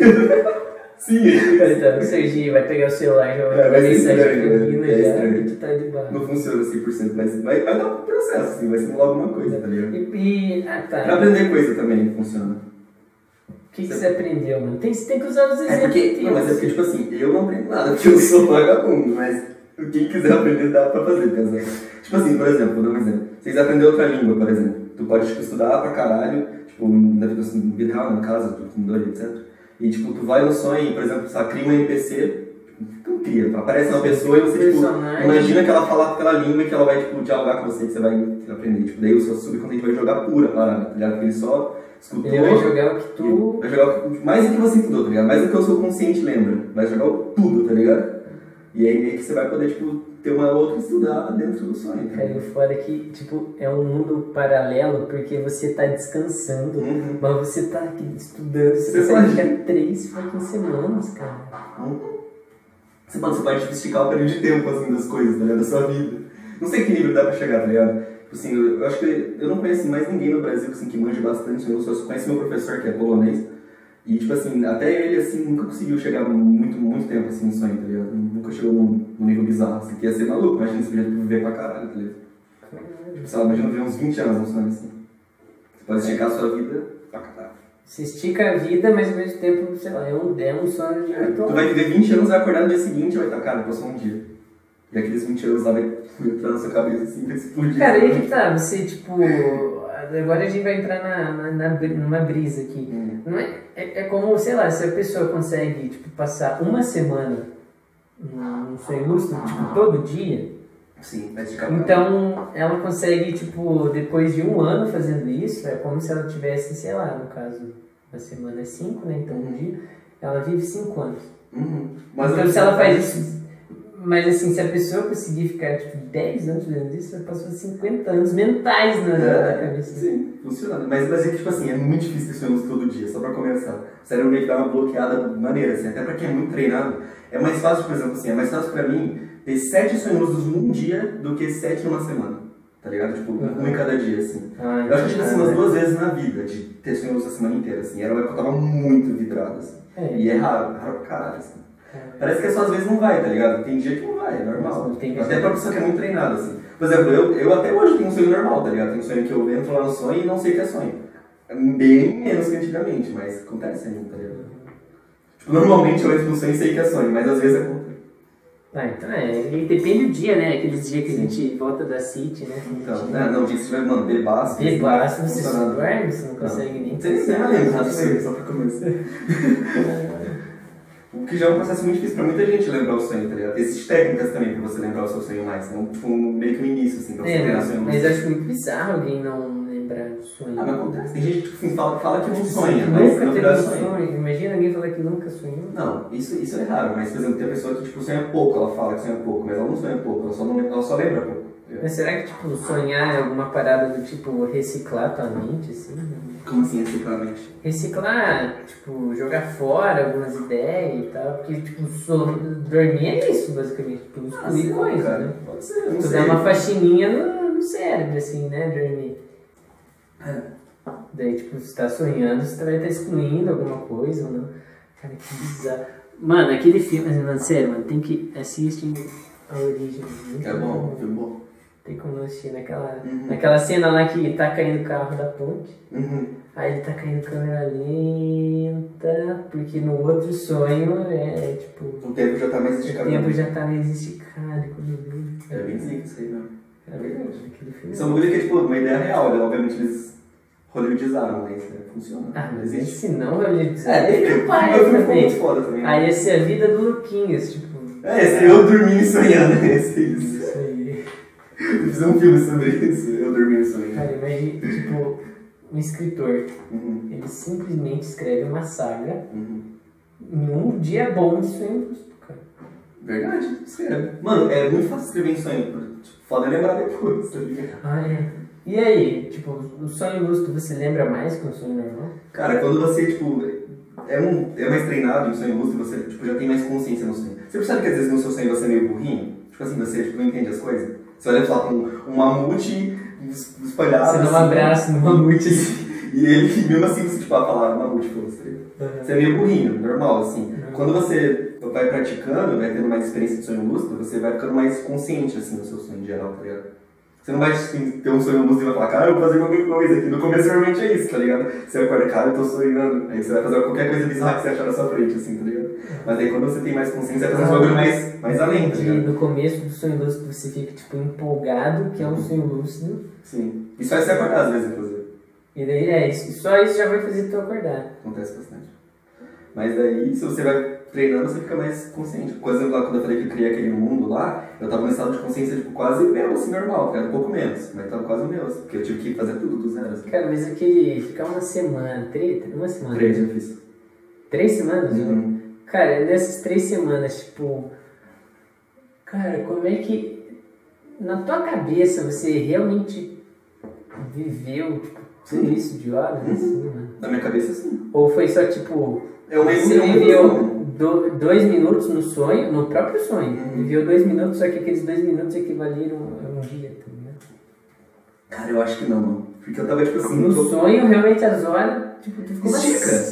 Sim. Vai estar no Serginho, vai pegar o celular, já vai mandar mensagem pra menina, estranho. e tu tá de bala. Não funciona 100%, mas vai dar um processo, assim, vai simular alguma coisa, tá ligado? Tá. Pra aprender coisa também funciona. O que você aprendeu, mano? Tem que usar os exemplos. Não, mas é porque, tipo assim, eu não aprendo nada, porque eu sou vagabundo, mas quem quiser aprender dá pra fazer, pesado. Tipo assim, por exemplo, vou dar um exemplo. Vocês aprender outra língua, por exemplo. Tu pode, tipo, estudar pra caralho, tipo, na vida real, na casa, do computador, etc. E, tipo, tu vai no sonho, por exemplo, você cria um NPC, tu cria, aparece uma pessoa e você, tipo, imagina que ela fala aquela língua e que ela vai, tipo, dialogar com você, que você vai aprender. Tipo, daí o seu subconsciente vai jogar pura parada, tá ligado? Porque ele só escutou... Ele vai jogar o que tu... Vai jogar mais do que você estudou, tá ligado? Mais do que o seu consciente lembra. Vai jogar tudo, tá ligado? E aí meio que você vai poder, tipo, ter uma outra estudada dentro do sonho. Tá? Cara, o foda é que, tipo, é um mundo paralelo porque você tá descansando, mas você tá aqui estudando, você consegue ficar 3 fucking semanas, cara. Você pode esticar o período de tempo, assim, das coisas, tá ligado? Da sua vida. Não sei que nível dá pra chegar, tá ligado? Tipo assim, eu acho que eu não conheço mais ninguém no Brasil, assim, que manja bastante, eu só conheço meu professor, que é polonês. E, tipo assim, até ele, assim, nunca conseguiu chegar muito tempo, assim, no sonho, tá ligado? Nunca chegou num nível bizarro, assim, que ia ser maluco. Imagina, você podia viver pra caralho, tá ligado? Tipo, sei lá, imagina viver uns 20 anos no sonho, assim. Você pode esticar a sua vida pra caralho. Você estica a vida, mas ao mesmo tempo, sei lá, é um sonho de... Tu vai viver 20 anos, vai acordar no dia seguinte e vai estar, cara, passou um dia. E aqueles 20 anos lá vai entrar na sua cabeça, assim, vai explodir. Cara, e aí que tá, você, tipo... Agora a gente vai entrar numa brisa aqui. Não é como, sei lá, se a pessoa consegue, tipo, passar uma semana num sonho lúcido, tipo, todo dia. Sim, vai ficar. Então, ela consegue, tipo, depois de 1 ano fazendo isso, é como se ela tivesse, sei lá, no caso, uma semana é 5, né? Então, um dia, ela vive 5 anos. Mas então, se ela faz isso... Mas assim, se a pessoa conseguir ficar tipo 10 anos fazendo isso, vai passar 50 anos mentais na cabeça. Sim, funciona. Mas é que, tipo assim, é muito difícil ter sonhos todo dia, só pra começar. O cérebro meio que dá uma bloqueada maneira, assim, até pra quem é muito treinado. É mais fácil, por exemplo, assim, é mais fácil pra mim ter 7 sonhos num dia do que 7 numa semana. Tá ligado? Tipo, um em cada dia, assim. Eu acho que eu tive assim umas 2 vezes na vida de ter sonhos a semana inteira, assim. Era uma época que eu tava muito vidrado, assim. E é raro pra caralho, assim. Parece que só às vezes não vai, tá ligado? Tem dia que não vai, é normal. Até pra pessoa que é muito treinada, assim. Por exemplo, eu até hoje tenho um sonho normal, tá ligado? Tem um sonho que eu entro lá no sonho e não sei que é sonho. Bem menos que antigamente, mas acontece ainda, tá ligado? Tipo, normalmente eu entro no sonho e sei que é sonho, mas às vezes acontece. Então depende do dia, né? Aqueles dias que a gente volta da City, né? Então, não, dia que você tiver, mano, bebaço. Bebaço, você só dorme, você não consegue nem... Você nem lembra, só pra começar. O que já é um processo muito difícil pra muita gente lembrar o sonho, tá ligado? Existem técnicas também pra você lembrar o seu sonho mais, né? Tipo, meio que um início, assim, pra você ter sonho. Mas eu acho muito bizarro alguém não lembrar do sonho. Ah, mas acontece. Tem gente que tipo, fala que não sonha, mas nunca na teve verdade um sonho. Imagina alguém falar que nunca sonhou. Não, isso é raro, mas, por exemplo, tem a pessoa que tipo, sonha pouco, ela fala que sonha pouco, mas ela não sonha pouco, ela só lembra pouco. Mas será que, tipo, sonhar é alguma parada do tipo reciclar tua mente, assim? Como assim, reciclar a mente? Reciclar, tipo, jogar fora algumas ideias e tal, porque, tipo, dormir é isso, basicamente, tipo, excluir coisas, cara, né? pode ser, não Tu sei. dá uma faxininha no cérebro, assim, né, dormir. Daí, tipo, você tá sonhando, você vai estar excluindo alguma coisa ou não. Cara, que bizarro. Mano, aquele filme, mano, sério, mano, tem que assistir A Origem. É bom, filme bom. Tem como assistir naquela cena lá que tá caindo o carro da ponte. Aí ele tá caindo câmera lenta, porque no outro sonho é tipo. O tempo já tá mais esticado. O tempo já tá mais esticado. É bem zica isso aí, não. É verdade, aquele filme. Isso é um bagulho que é tipo uma ideia real, né? Obviamente eles hollywoodizaram, mas funciona. Ah, mas existe. se não hollywoodizar, Tem que pai também. Muito foda também. Aí essa é a vida do Luquinhas, tipo. Esse eu dormindo e sonhando, esse é isso. Isso aí. Eu fiz um filme sobre isso, eu dormindo e sonhando. Cara, imagina, tipo, um escritor, ele simplesmente escreve uma saga num dia bom de sonho lúcido, cara. Verdade, escreve. Mano, é muito fácil escrever em sonho, tipo, foda lembrar depois, tá ligado? Ah, é. E aí, tipo, o sonho lúcido você lembra mais que o sonho normal? Cara, quando você, tipo, é mais treinado em sonho lúcido, você, tipo, já tem mais consciência no sonho. Você percebe que às vezes no seu sonho você é meio burrinho? Tipo assim, você, tipo, não entende as coisas? Você olha só com um mamute espalhado. Você dá um abraço no mamute e ele, mesmo assim, você, tipo, falar mamute, foda-se. Você é meio burrinho, normal, assim. Quando você vai praticando, vai tendo mais experiência de sonho lúcido, você vai ficando mais consciente, assim, do seu sonho em geral, tá ligado? Você não vai assim, ter um sonho lúcido e vai falar, cara, eu vou fazer qualquer coisa aqui. No começo, realmente é isso, tá ligado? Você acorda, cara, eu tô sonhando. Aí você vai fazer qualquer coisa bizarra que você achar na sua frente, assim, tá ligado? Mas aí quando você tem mais consciência, você vai fazer um bagulho mais além, tá ligado? No começo do sonho lúcido você fica, tipo, empolgado, que é um sonho lúcido. Sim. Isso faz você acordar, às vezes, inclusive. E daí, só isso já vai fazer tu acordar. Acontece bastante. Mas daí, se você vai treinando, você fica mais consciente. Por exemplo, lá quando eu falei que eu criei aquele mundo lá, eu tava num estado de consciência, tipo, quase meu, assim, normal. Era um pouco menos, mas tava quase meu, assim, porque eu tive que fazer tudo do zero, assim. Cara, mas aquele... Ficar uma semana, uma semana. 3 eu fiz. 3 semanas? Cara, nessas 3 semanas, tipo... Cara, como é que... Na tua cabeça você realmente viveu, tipo, tudo isso de horas, assim, mano? Na minha cabeça, sim. Ou foi só, tipo... Você viveu 2 minutos no sonho, no próprio sonho. Viveu 2 minutos, só que aqueles 2 minutos equivaliram a um dia, tá ligado? Cara, eu acho que não, mano. Porque eu tava, tipo assim... No sonho, realmente, as horas, tipo, tu ficou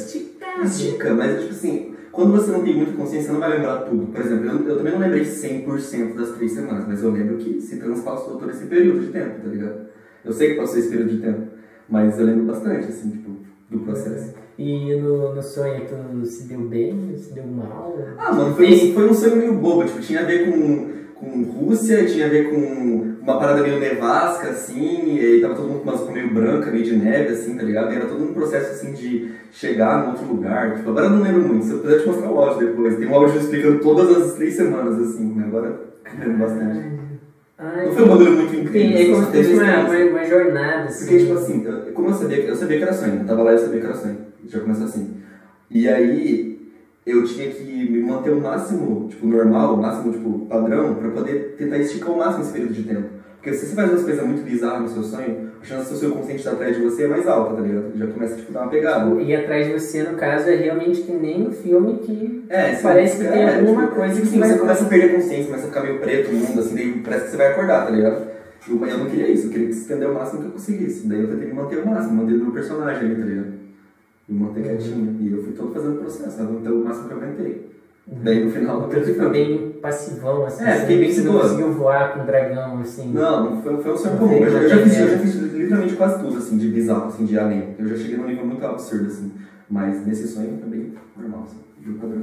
Estica, mas, tipo assim... Quando você não tem muita consciência, você não vai lembrar tudo. Por exemplo, eu também não lembrei 100% das 3 semanas, mas eu lembro que se transpassou todo esse período de tempo, tá ligado? Eu sei que passou esse período de tempo, mas eu lembro bastante, assim, tipo, do processo. E no sonho, tu se deu bem, se deu mal? Ah, mano, foi um sonho meio bobo, tipo, tinha a ver com Rússia, tinha a ver com uma parada meio nevasca, assim, e aí tava todo mundo com uma roupa meio branca, meio de neve, assim, tá ligado? E era todo um processo, assim, de chegar em outro lugar, tipo, agora eu não lembro muito, se eu puder te mostrar o áudio depois, tem um áudio explicando todas as 3 semanas, assim, né? Agora eu lembro bastante. Não foi um bagulho muito incrível. Sim, é como se fosse uma jornada, assim. Porque, tipo assim, como eu sabia que era sonho, eu tava lá e eu sabia que era sonho, já começou assim. E aí, eu tinha que me manter o máximo, tipo, normal, o máximo, tipo, padrão, pra poder tentar esticar o máximo esse período de tempo. Porque se você faz umas coisas muito bizarras no seu sonho, a chance do seu consciente estar atrás de você é mais alta, tá ligado? Já começa, tipo, a dar uma pegada. E atrás de você, no caso, é realmente que nem no filme que parece que tem alguma coisa tipo, que você começa a perder a consciência, começa a ficar meio preto o mundo, assim, daí parece que você vai acordar, tá ligado? Eu não queria isso, eu queria que se estender o máximo que eu conseguisse. Daí eu tentei me manter o máximo, manter o meu personagem ali, tá ligado? Me manter quietinho. E eu fui todo fazendo o processo, então o máximo que eu aguentei. Daí no final... Porque tu ficou bem passivão, assim. Fiquei bem você seguro. não conseguiu voar com o dragão, assim. Não, foi um sonho comum. Eu já fiz literalmente quase tudo, assim, de bizarro, assim, de além. Eu já cheguei num nível muito absurdo, assim. Mas nesse sonho foi bem normal, assim, de padrão.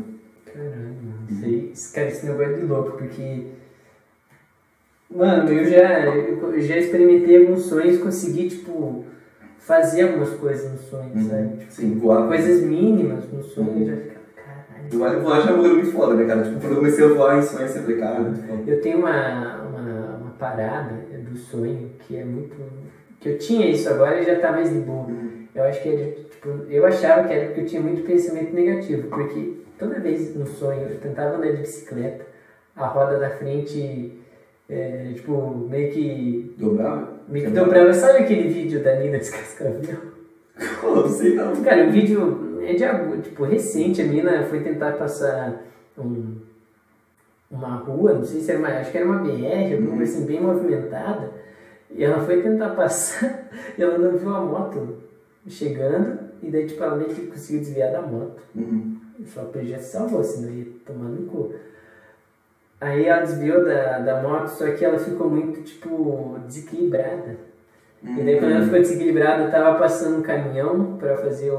Caralho, cara, esse negócio é de louco, porque... Mano, eu já experimentei alguns sonhos, consegui, tipo, fazer algumas coisas no sonho, sabe? Tipo, sim, voar. Coisas mínimas no sonho, eu já ficava, caralho, Do Vale voar já é um bagulho muito foda, né, cara? Tipo, quando eu comecei a voar em sonho, eu falei, cara, muito foda. Eu tenho uma parada do sonho que é muito... Que eu tinha isso agora e já tá mais de boa. Eu acho que era, tipo, eu achava que era porque eu tinha muito pensamento negativo, porque toda vez no sonho eu tentava andar de bicicleta, a roda da frente, tipo, meio que dobrava. Sabe aquele vídeo da Nina Descascavel? Não sei não. Cara, o vídeo é de tipo, recente. A mina foi tentar passar uma rua, não sei se era acho que era uma BR, alguma coisa assim, bem movimentada. E ela foi tentar passar e ela não viu a moto chegando, e daí tipo, ela meio que conseguiu desviar da moto. Só que já se salvou, senão ia tomar no cu. Aí ela desviou da moto, só que ela ficou muito, tipo, desequilibrada. E daí quando ela ficou desequilibrada, tava passando um caminhão pra fazer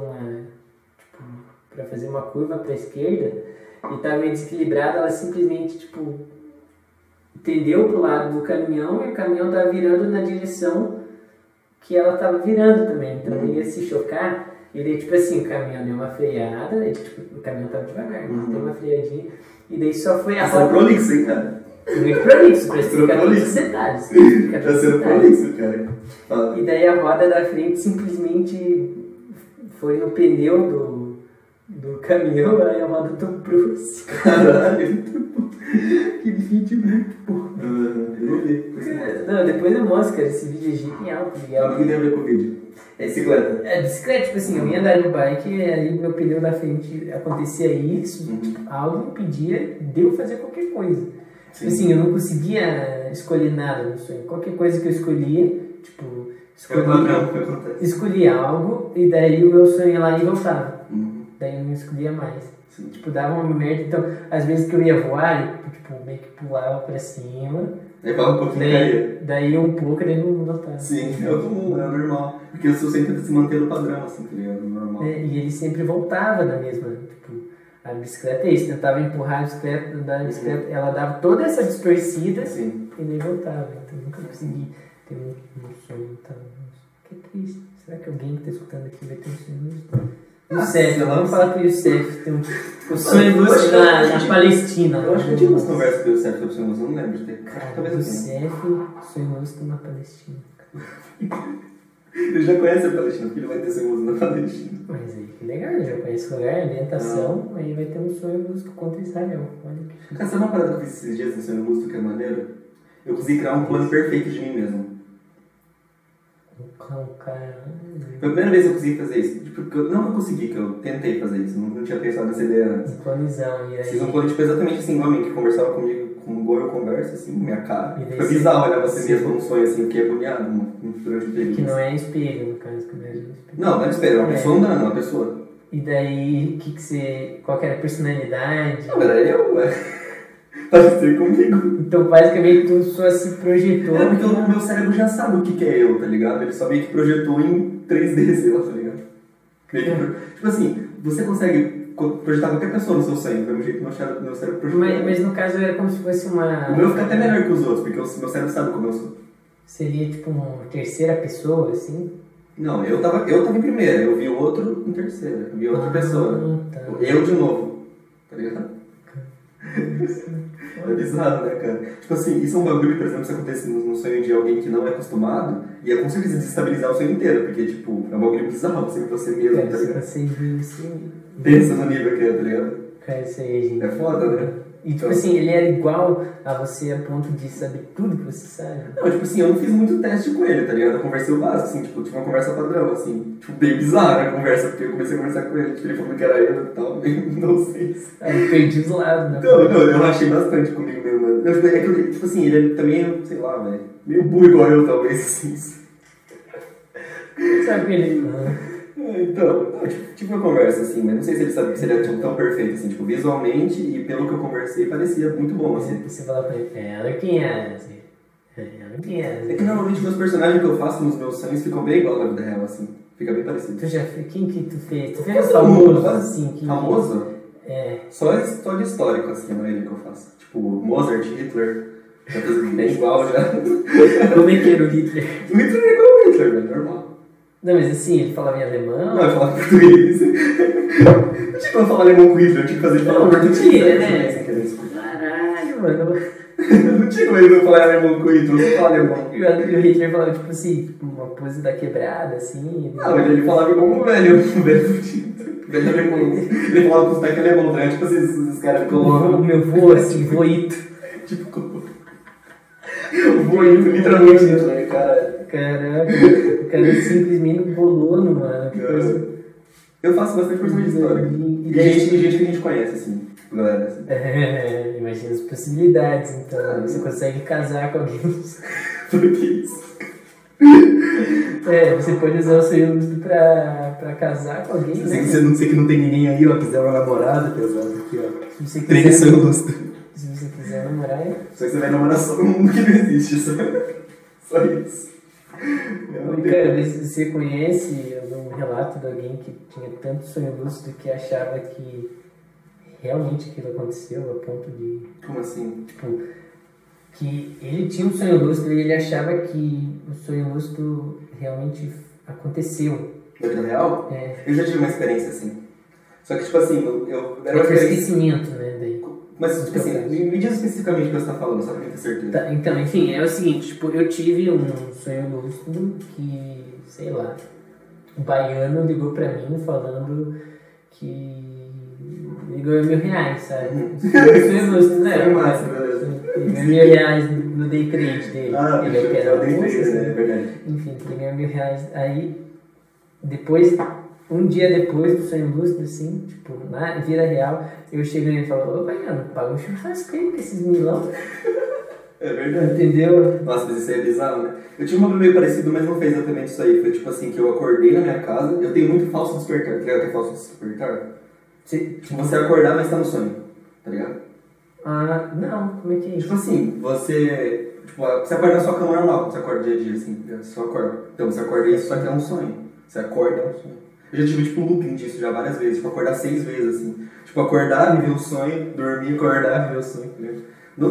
uma curva pra esquerda, e tava meio desequilibrada, ela simplesmente, tipo, tendeu pro lado do caminhão, e o caminhão tava virando na direção que ela tava virando também. Então ele ia se chocar, e daí, tipo assim, o caminhão deu uma freada, e, tipo, o caminhão tava devagar, deu uma freadinha, e daí só foi a roda... Tá sendo prolixo, hein, cara? Muito prolixo, pra explicar todos os detalhes. Tá sendo prolixo, cara. E daí a roda da frente simplesmente foi no pneu do caminhão, aí a roda dobrou assim. Caralho, que vídeo muito bom. Eu vi. Não, depois eu mostro, cara, esse vídeo é genial, tá ligado? O que tem a ver com o vídeo? É bicicleta? É bicicleta, tipo assim, eu ia andar de bike e aí meu pneu da frente acontecia isso, algo impedia de eu fazer qualquer coisa. Tipo assim, eu não conseguia escolher nada no sonho. Qualquer coisa que eu escolhia, tipo, escolhia algo e daí o meu sonho ia lá e voltava. Daí eu não escolhia mais. Tipo, dava uma merda. Então, às vezes que eu ia voar, eu, tipo, meio que pulava pra cima. Levava um pouquinho caía. Daí um pouco, daí não voltava. Sim, é o comum, é normal. Porque o seu sempre tenta se manter no padrão, assim, tá ligado? Normal. E ele sempre voltava da mesma, tipo... A bicicleta é isso, tentava empurrar a bicicleta, andar a bicicleta, ela dava toda essa distorcida e nem voltava. Então eu nunca consegui ter um sonho tão... Que triste. Será que alguém que está escutando aqui vai ter um sonho? Youssef, vamos falar com o Youssef, tem um sonho lúcido na Palestina. Eu acho que eu tinha umas conversas com o Youssef sobre sonho lúcido, eu não lembro de ter. Cara, Youssef, sonho lúcido na Palestina. Ele já conhece a Palestina, porque ele vai ter sonho lúcido na Palestina. Mas aí que legal, ele já conhece o lugar, ambientação, aí vai ter um sonho lúcido contra Israel. Olha que... Cara, sabe uma parada que eu fiz esses dias no sonho lúcido que é maneiro? Eu consegui criar um plano perfeito de mim mesmo. Cara... Foi a primeira vez que eu consegui fazer isso. Tipo, não que eu consegui, que eu tentei fazer isso. Não tinha pensado nessa ideia antes. Um planizão, e aí... Fiz um plano, tipo, exatamente assim, igual a mim, que conversava comigo, como eu converso, assim, minha cara. E foi bizarro olhar você mesmo num sonho, assim, porque é agoniado durante o período. Que não é espelho, no caso, que não é espelho. Não é espelho, é uma pessoa andando, uma pessoa. E daí, qual que era a personalidade? Não, era eu, ué. Parecer comigo. Então, basicamente, tu só se projetou. É, porque o meu cérebro já sabe o que é eu, tá ligado? Ele só meio que projetou em 3D, sei lá, tá ligado? Tipo assim, você consegue projetar qualquer pessoa no seu sonho, do mesmo jeito que meu cérebro projetou. Mas no caso era como se fosse uma... O meu fica até melhor que os outros, porque o meu cérebro sabe como eu sou. Seria tipo uma terceira pessoa, assim? Não, eu tava em primeira, eu vi o outro em terceira, eu vi outra pessoa. Tá. Eu de novo, tá ligado? É bizarro, né, cara? Tipo assim, isso é um bagulho, por exemplo, que acontece no sonho de alguém que não é acostumado, e é com certeza desestabilizar o sonho inteiro, porque, tipo, é um bagulho bizarro, você vê você mesmo, tá ligado? Você viu assim... Pensa no nível que é, tá ligado? Cara, isso aí, gente. É foda, né? E, tipo assim, ele era igual a você a ponto de saber tudo que você sabe? Não, tipo assim, eu não fiz muito teste com ele, tá ligado? Eu conversei o básico, assim, tipo, tive uma conversa padrão, assim, tipo, bem bizarra a conversa, porque eu comecei a conversar com ele, tipo, ele falou que era eu e tal, não sei se... Aí eu perdi os lados, né? Não, eu achei bastante comigo mesmo, mano. É que, tipo assim, ele também, sei lá, velho, meio burro igual eu, talvez, assim. Sabe que ele... Então, tipo uma conversa, assim, mas não sei se ele sabe que seria tipo, tão perfeito, assim, tipo, visualmente e pelo que eu conversei, parecia muito bom, assim. Você fala pra ele, ela quem é, assim. Ela quem é. É que normalmente meus personagens que eu faço nos meus sonhos ficam bem igual na vida real, assim. Fica bem parecido. Tu já fez? Quem que tu fez? Tu fez famoso, assim? Famoso? É. Só de histórico, assim, a maioria que eu faço. Tipo, Mozart, Hitler, já fiz bem igual já. Como é que era o Hitler? O Hitler é igual o Hitler, velho, normal. Não, mas assim, ele falava em alemão? Não, eu falava português. Não tinha como falar alemão com o Hitler, eu tinha que fazer ele falar português. Tinha, né? Caralho, mano. Não tinha como ele não falar alemão com o Hitler, você fala alemão. E o Hitler falava, tipo assim, uma pose da quebrada, assim. Não, ele falava igual um velho fudido. Velho alemão. Ele falava com os sotaque alemão, tá? Tipo assim, esses caras ficam... O meu vô, assim, voito. Tipo, como... Voito, literalmente, né, cara? Caraca, o cara simplesmente bolono, mano. Que coisa. Eu faço bastante personagem de história. E gente que a gente conhece, assim, galera. Assim. Imagina as possibilidades, então. Você consegue casar com alguém. Por que isso? Você pode usar o seu uso pra casar com alguém, né? Você não sei que não tem ninguém aí, ó, quiser uma namorada, pesado, aqui, ó. Se você Treine seu ilustre. Se você quiser namorar, Só que você vai namorar só no mundo que não existe, só isso. Cara, você conhece algum relato de alguém que tinha tanto sonho lúcido que achava que realmente aquilo aconteceu a ponto de... Como assim? Tipo, que ele tinha um sonho lúcido e ele achava que o sonho lúcido realmente aconteceu. Na vida real? É. Eu já tive uma experiência assim. Só que, tipo assim, eu era É uma por experiência... esquecimento, né? Daí. Mas, tipo assim, me diz especificamente o que você tá falando, só pra mim ter certeza. Tá, então, enfim, é o seguinte, tipo, eu tive um sonho lúcido que, sei lá, um baiano ligou pra mim falando que ele ganhou R$1.000, sabe? Sonho lúcido, né? Foi massa, beleza. Ele ganhou R$1.000 no day trade dele. Ah, ele opera eu dei trade, né? É verdade. Enfim, ele ganhou R$1.000. Aí, depois, um dia depois do sonho lúcido, assim, tipo, na vida real, eu chego nele e falo, ô baiano, paga um churrasco aí com esses milão. É verdade. Entendeu? Nossa, mas isso aí é bizarro, né? Eu tive um bagulho meio parecido, mas não fez exatamente isso aí. Foi tipo assim, que eu acordei na minha casa, eu tenho muito falso despertar. Tá ligado que é falso despertar? Tipo, você acordar, mas tá no sonho, tá ligado? Ah, não, como é que é isso? Tipo assim, você acorda na sua cama normal, quando você acorda dia a dia, assim, você só acorda. Então você acorda e isso só que é um sonho. Você acorda, é um sonho. Eu já tive, tipo, um looping disso já várias vezes, tipo, acordar 6 vezes, assim. Tipo, acordar, viver o sonho, dormir, acordar, viver o sonho, entendeu?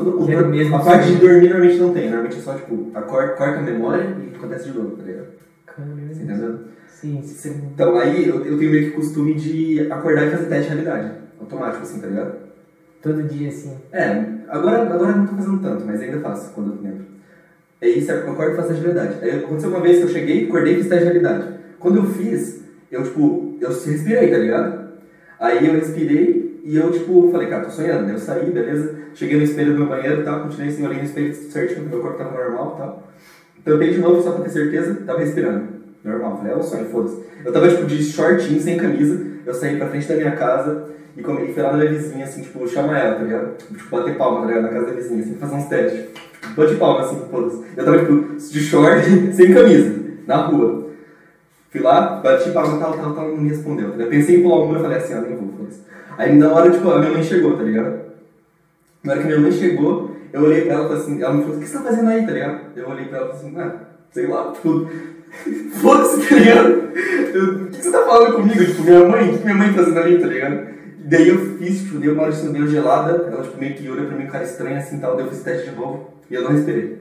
A parte de dormir normalmente não tem, normalmente é só, tipo, corta a memória e acontece de novo, tá ligado? Caramba. Você entendeu? Sim. Então, aí eu tenho meio que costume de acordar e fazer teste de realidade, automático, assim, tá ligado? Todo dia, assim. Agora eu não tô fazendo tanto, mas ainda faço, quando eu lembro. Aí você acorda e faz teste de realidade. Aí aconteceu uma vez que eu cheguei, acordei e fiz teste de realidade. Quando eu fiz, eu respirei, tá ligado? Aí eu respirei e eu, tipo, falei, cara, tô sonhando. Aí eu saí, beleza? Cheguei no espelho do meu banheiro e tal, continuei assim, olhei no espelho certinho, meu corpo tava normal e tal. Tampei de novo só pra ter certeza, tava respirando. Normal, falei, é um sonho, foda-se. Eu tava, tipo, de shortinho, sem camisa, eu saí pra frente da minha casa e fui lá na minha vizinha, assim, tipo, chamar ela, tá ligado? Tipo, bater palma, tá ligado? Na casa da vizinha, assim, fazer uns testes. Bate palma, assim, foda-se. Eu tava, tipo, de short, sem camisa, na rua. Fui lá, bati palma, tal, não me respondeu. Eu pensei em pular o muro e falei assim, nem vou, foda-se. Aí na hora, tipo, a minha mãe chegou, tá ligado? Na hora que minha mãe chegou, eu olhei pra ela e falei assim, ela me falou, o que você tá fazendo aí, tá ligado? Eu olhei pra ela e falei assim, sei lá, tipo, foda-se, tá ligado? O que você tá falando comigo? Tipo, o que minha mãe tá fazendo ali, tá ligado? Daí eu fiz, tipo, deu uma hora de meio gelada, ela, tipo, meio que olhou pra mim, um cara estranho assim, tal, daí eu fiz o teste de novo e eu não respirei.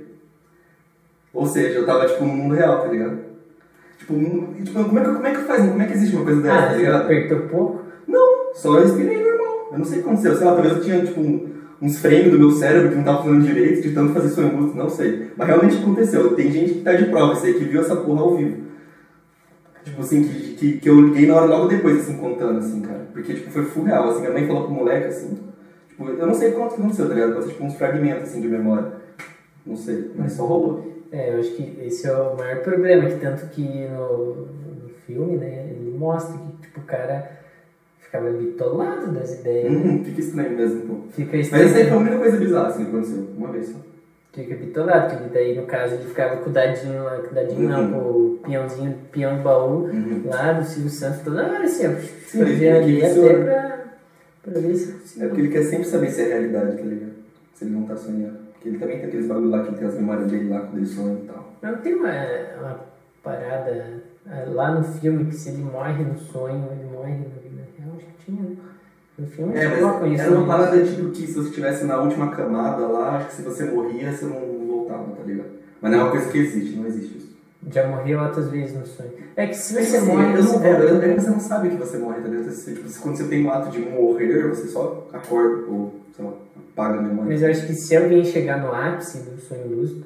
Ou seja, eu tava, tipo, no mundo real, tá ligado? Tipo, como é que faz? Como é que existe uma coisa dessa, tá ligado? Apertou pouco? Não, só eu respirei normal. Eu não sei o que aconteceu, sei lá, talvez eu tinha, tipo, uns frames do meu cérebro que não tava funcionando direito, de tanto fazer sonho lúcido, não sei. Mas realmente aconteceu. Tem gente que tá de prova, isso aí, que viu essa porra ao vivo. Tipo assim, que eu liguei na hora logo depois, assim, contando, assim, cara. Porque, tipo, foi full real, assim, minha mãe falou pro moleque, assim. Tipo, eu não sei quanto que aconteceu, tá ligado? Pode ser, tipo, uns fragmentos, assim, de memória. Não sei, mas só rolou. Eu acho que esse é o maior problema, que tanto que no filme, né, ele mostra que, tipo, o cara ficava bitolado das ideias. Fica estranho mesmo, pô. Fica estranho. Mas isso aí foi a única coisa bizarra, assim, que aconteceu. Uma vez só. Fica bitolado, porque daí, no caso, ele ficava com o dadinho lá, não, com o peão do baú, lá do Silvio Santos, toda hora, assim, ó. Sim, ele ali quer até pra ver se... É porque ele quer sempre saber se é realidade, tá ligado? Se ele não tá sonhando. Porque ele também tem aqueles bagulho lá que tem as memórias dele lá quando ele sonha e tal. Não tem uma parada lá no filme que se ele morre no sonho, ele morre na vida real, acho que tinha, né? No filme mas era uma parada tipo que se você estivesse na última camada lá, acho que se você morria, você não voltava, tá ligado? Mas não é uma coisa que existe, não existe isso. Já morreu outras vezes no sonho. É que se você Assim, morre, você não sabe que você morre, tá ligado? Tipo, quando você tem um ato de morrer, você só acorda, ou, sei lá, apaga a memória. Mas eu acho que se alguém chegar no ápice do sonho lúcido,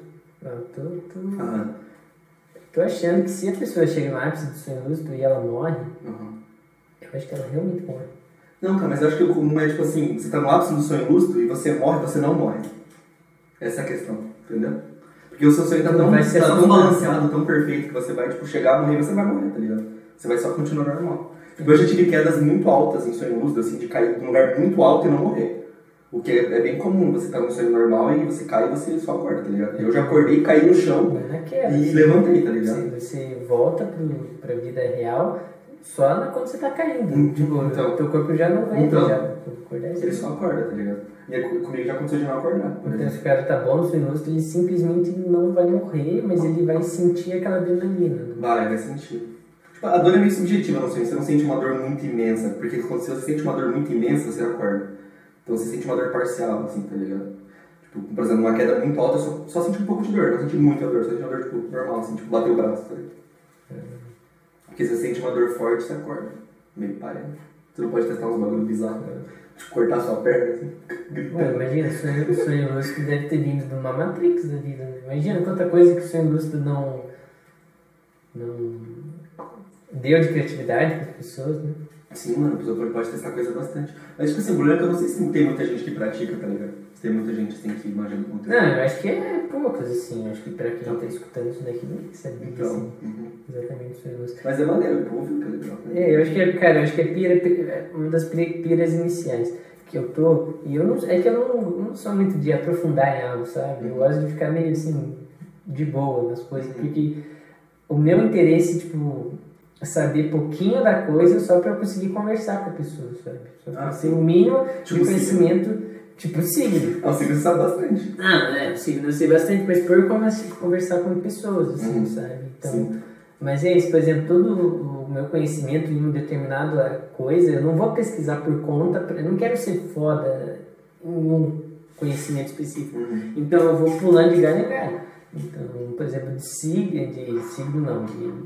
tô achando que se a pessoa chega no ápice do sonho lúcido e ela morre, eu acho que ela realmente morre. Não, cara, mas eu acho que o comum é tipo assim, você tá no ápice do sonho lúcido e você morre, você não morre. Essa é a questão, entendeu? Porque o seu sonho tá tão balanceado, tão perfeito, que você vai, tipo, chegar a morrer e você vai morrer, tá ligado? Você vai só continuar normal. Tipo, eu já tive quedas muito altas em sonho lúcido, assim, de cair num lugar muito alto e não morrer. O que é bem comum, você tá no sonho normal e você cai e você só acorda, tá ligado? Eu já acordei, caí no chão e levantei, tá ligado? Você volta pra vida real só quando você tá caindo. Tipo, então, teu corpo já não vai já acordar. Ele só acorda, tá ligado? E comigo já aconteceu de não acordar. Então, se o cara tá bom no sonho lúcido, ele simplesmente não vai morrer, mas ele vai sentir aquela adrenalina. Vai sentir. Tipo, a dor é meio subjetiva no sonho, você não sente uma dor muito imensa, porque quando você sente uma dor muito imensa, você acorda. Então você sente uma dor parcial, assim, tá ligado? Tipo, por exemplo, uma queda muito alta, eu só senti um pouco de dor, não senti muita dor, só senti uma dor, tipo, normal, assim, tipo, bater o braço, tá ligado? Porque se você sente uma dor forte, você acorda. Meio pai, né? Você não pode testar uns bagulho bizarros, né? Tipo, cortar sua perna, assim. Mano, imagina, o sonho lúcido deve ter vindo de uma Matrix da vida, né? Imagina quanta coisa que o sonho lúcido não deu de criatividade para as pessoas, né? Sim, mano, a pessoa pode testar coisa bastante. Mas, tipo assim, o problema é que eu não sei se tem muita gente que pratica, tá ligado? Se tem muita gente assim, que imagina o conteúdo. Não, eu acho que é poucas, assim. Eu acho que pra quem tá escutando isso daqui, ninguém sabia, então, assim, exatamente o sonho lúcido. Mas é maneiro, o povo fica legal. Né? Eu acho que é, cara, eu acho que é uma das piras iniciais que eu tô. E eu não sou muito de aprofundar em algo, sabe? Eu gosto de ficar meio assim, de boa nas coisas, porque o meu interesse, tipo, saber pouquinho da coisa só pra eu conseguir conversar com a pessoa, sabe? Só pra ter o mínimo de conhecimento, tipo signo. O signo você sabe bastante. O signo eu sei bastante, mas por eu conversar com pessoas, assim, sabe? Então, sim. Mas é isso, por exemplo, todo o meu conhecimento em uma determinada coisa, eu não vou pesquisar por conta, eu não quero ser foda em um conhecimento específico. Então eu vou pulando de galho em galho. Então, por exemplo, de signo não,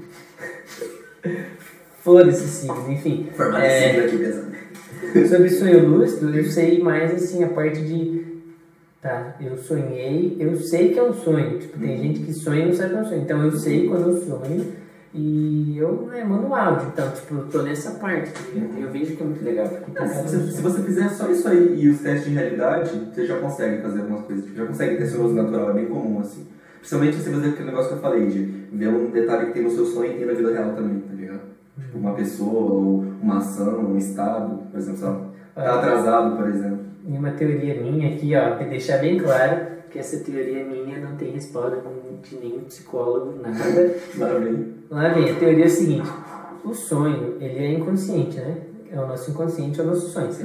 foda-se signo, enfim. Formado em signo aqui mesmo. Sobre sonho lúcido, eu sei mais assim a parte de eu sonhei, eu sei que é um sonho. Tipo, tem gente que sonha e não sabe que é um sonho. Então eu sei quando eu sonho e eu mando um áudio. Então, tipo, eu tô nessa parte. Eu vejo que é muito legal. Se você fizer só isso aí e os testes de realidade, você já consegue fazer algumas coisas. Já consegue ter sonho natural, é bem comum assim. Principalmente se você fazer aquele negócio que eu falei, de ver um detalhe que tem no seu sonho e tem na vida real também, tá ligado? Tipo, uma pessoa, ou uma ação, um estado, por exemplo, tá atrasado, por exemplo. E uma teoria minha aqui, ó, pra deixar bem claro que essa teoria minha não tem respaldo de nenhum psicólogo, nada. Lá vem, a teoria é o seguinte, o sonho, ele é inconsciente, né? É o nosso inconsciente, é o nosso sonho.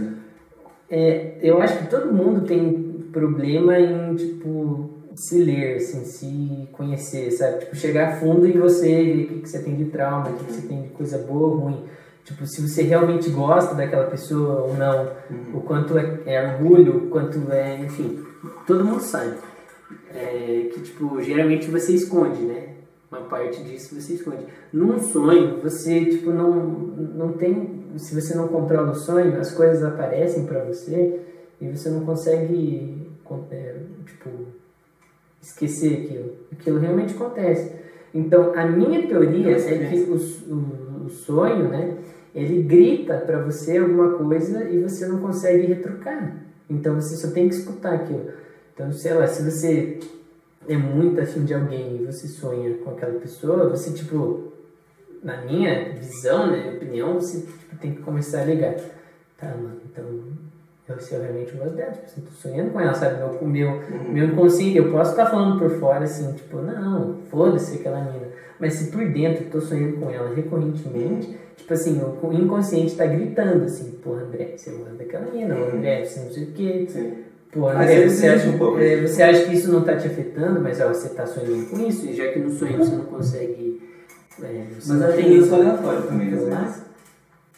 Eu acho que todo mundo tem problema em, tipo, se ler, assim, se conhecer, sabe? Tipo, chegar a fundo em você, ver o que você tem de trauma, o que você tem de coisa boa ou ruim. Tipo, se você realmente gosta daquela pessoa ou não, o quanto é orgulho, o quanto enfim, todo mundo sabe. Que, tipo, geralmente você esconde, né? Uma parte disso você esconde. Num sonho, você, tipo, não tem... Se você não controla o sonho, as coisas aparecem pra você e você não consegue, tipo, esquecer aquilo. Aquilo realmente acontece. Então, a minha teoria é que o sonho, né? Ele grita pra você alguma coisa e você não consegue retrucar. Então você só tem que escutar aquilo. Então, sei lá, se você é muito afim de alguém e você sonha com aquela pessoa, você, tipo, na minha visão, né, minha opinião, você tem que começar a ligar. Tá, mano, então, se eu realmente gosto dela, tipo, eu tô sonhando com ela, sabe? Meu inconsciente, eu posso estar falando por fora, assim, tipo, não, foda-se aquela mina. Mas se por dentro eu tô sonhando com ela recorrentemente, tipo assim, o inconsciente tá gritando, assim, pô, André, você gosta daquela mina, André, você não sei o quê. Pô, André, você acha que isso não tá te afetando, mas ó, você tá sonhando com isso, e já que no sonho você não consegue... mas tem isso aleatório também, às vezes.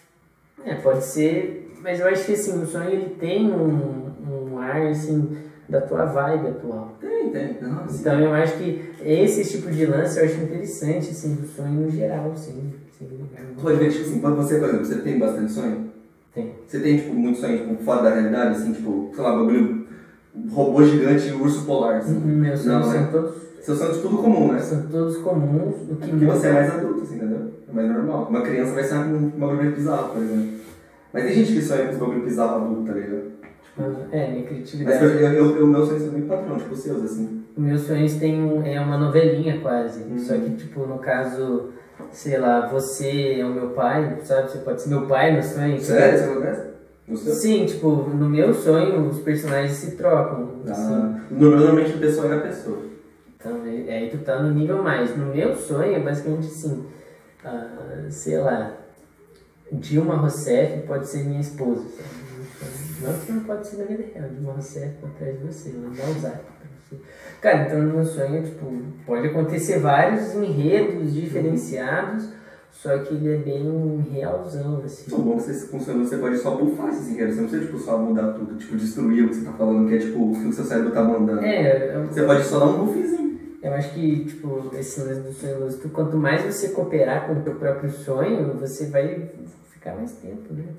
Pode ser, mas eu acho que assim, o sonho ele tem um ar, assim, da tua vibe atual. Tem. Nossa. Então eu acho que esse tipo de lance eu acho interessante, assim, do sonho no geral, assim. Pode ver, tipo assim, quando você, por exemplo, você tem bastante sonho? Tem. Você tem, tipo, muito sonho, tipo, fora da realidade, assim, tipo, sei lá, bagulho, robô gigante e urso polar, assim? Meus sonhos Não, são né? todos... Seus sonhos são tudo comum, né? São todos comuns, o que Porque você é mais adulto, assim, entendeu? É mais normal. Uma criança vai ser um bagulho mais bizarro, por exemplo. Mas tem gente que sonha com esse bagulho bizarro adulto, tá ligado? minha Mas criatividade. o meu sonho é muito padrão, tipo, os seus, assim. Os meus sonhos é uma novelinha quase. Só que, tipo, no caso, sei lá, você é o meu pai, sabe? Você pode ser meu pai no sonho. Sério? Você acontece? No seu? Sim, tipo, no meu sonho os personagens se trocam. Assim. Normalmente a pessoa é a pessoa. Então, aí tu tá no nível mais. No meu sonho é basicamente assim, sei lá, Dilma Rousseff pode ser minha esposa, sabe? Não que não pode ser na vida real, Dilma Rousseff atrás de você, vou dar um zap pra você. Cara, então no meu sonho, tipo, pode acontecer vários enredos diferenciados, só que ele é bem realzão, assim. Tão bom que você funciona, você pode só bufar esses enredos, você não precisa, tipo, só mudar tudo, tipo, destruir o que você tá falando, que é, tipo, o que o seu cérebro tá mandando. Você pode só dar um buffzinho. Eu acho que, tipo, esse lance do sonho lúcido, quanto mais você cooperar com o teu próprio sonho, você vai ficar mais tempo, né?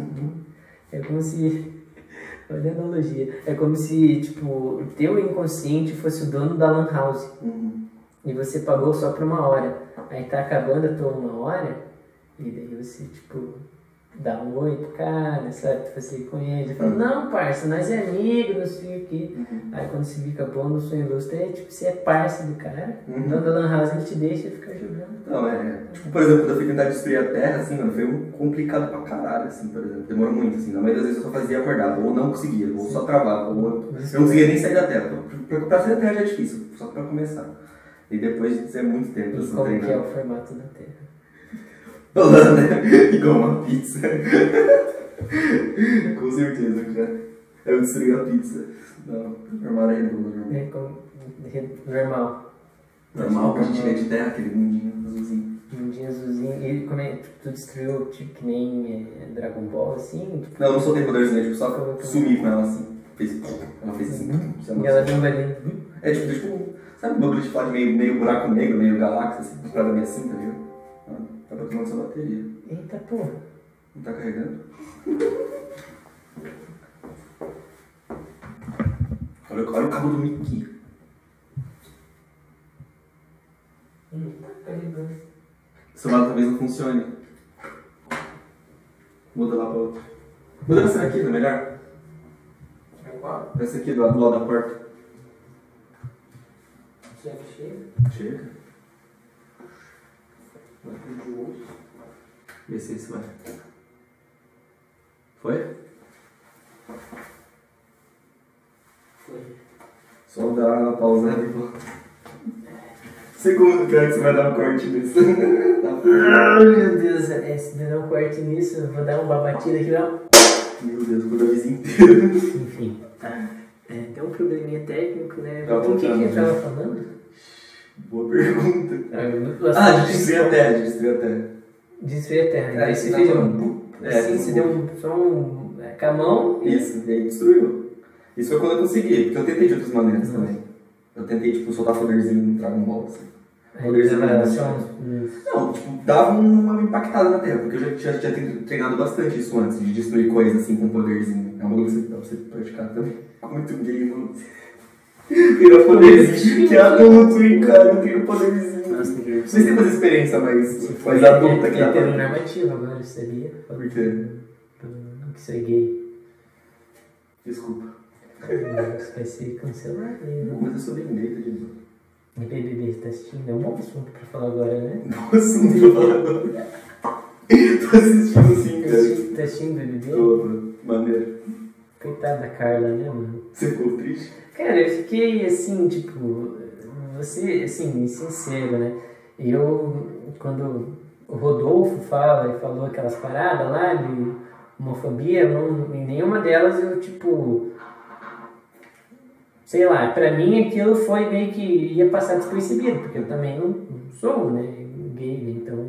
É como se... Olha a analogia. É como se, tipo, o teu inconsciente fosse o dono da lan house. E você pagou só por 1 hora. Aí tá acabando a tua 1 hora, e daí você, tipo... dá um oi pro cara, sabe? Tu assim com ele. Ele fala, não, parça, nós é amigo, não sei o quê. Aí quando você fica bom no sonho lúcido, tipo, você é parça do cara. Então da Lan House ele te deixa ficar jogando. Não, tipo, por exemplo, quando eu fui tentar destruir a Terra, assim, mano, foi complicado pra caralho, assim, por exemplo. Demorou muito, assim. Na maioria das vezes eu só fazia acordado, ou não conseguia, ou só travava, ou eu não conseguia nem sair da Terra. Pra sair da Terra já é difícil, só pra começar. E depois de ser muito tempo, E como que é o formato da Terra? Falando, né? Igual uma pizza. Com certeza, cara. Eu destruí a pizza. Não, normal é redondo, normal. Normal. Normal, que a gente vê de terra, aquele mundinho azulzinho. Mundinho azulzinho. E como é? Tu destruiu, tipo, que nem Dragon Ball, assim? Tipo, não soltei poderzinho, tipo, só sumi com ela assim. Ela fez assim. E ela deu um balinho. É tipo, sabe o bagulho de falar de meio buraco negro, meio galáxia, assim, pra mim assim, tá ligado? Tá pra tomar essa bateria. Eita porra. Não tá carregando? Olha o cabo do Mickey. Tá carregando. Seu lado talvez não funcione. Muda lá pra outra. Muda essa aqui, não é melhor? Qual? Essa aqui do lado da porta. Chega. Vê se isso vai. Foi? Foi. Só dá uma pausada e volta. Segundo, cara, que você vai dar um corte nisso. Ai, meu Deus, se der um corte nisso, eu vou dar uma batida aqui, não? Meu Deus, o vizinho inteiro. Enfim, tá. Tem um probleminha técnico, né? Tá, Com o que tá, a gente tá. tava falando? Boa pergunta. De destruir a terra, destruir a terra. Destruir a terra. Aí você tá fez falando. assim, você deu só um com a mão e... Isso, e aí destruiu. Isso foi quando eu consegui, porque eu tentei de outras maneiras também. Eu tentei, tipo, soltar poderzinho no Dragon Ball, assim. Poderzinho não, tipo, dava uma impactada na terra, porque eu já tinha treinado bastante isso antes, de destruir coisas assim com poderzinho. É uma coisa que dá pra você praticar também. Muito gay, mano. Tira poderzinho, que adulto, hein, cara, eu tenho poderzinho. Nossa, vocês têm uma experiência mais adulta que dá pra... pra... Tem normativa agora, sabia? Por quê? Que você é gay. Desculpa. Você vai ser cancelado aí, né? Mas eu sou bem gay, tá de boa. E BBB, você tá assistindo? É um bom assunto pra falar agora, né? Bom assunto pra falar agora. Tô assistindo sim, cara. Tá assistindo BBB? Tô, maneiro. Coitada da Carla, né, mano? Você ficou triste? Cara, eu fiquei assim, tipo, você, assim, sincero, né? Eu, quando o Rodolfo falou aquelas paradas lá de homofobia, em nenhuma delas eu, tipo, sei lá, pra mim aquilo foi meio que ia passar despercebido, porque eu também não sou, né, gay, né, então...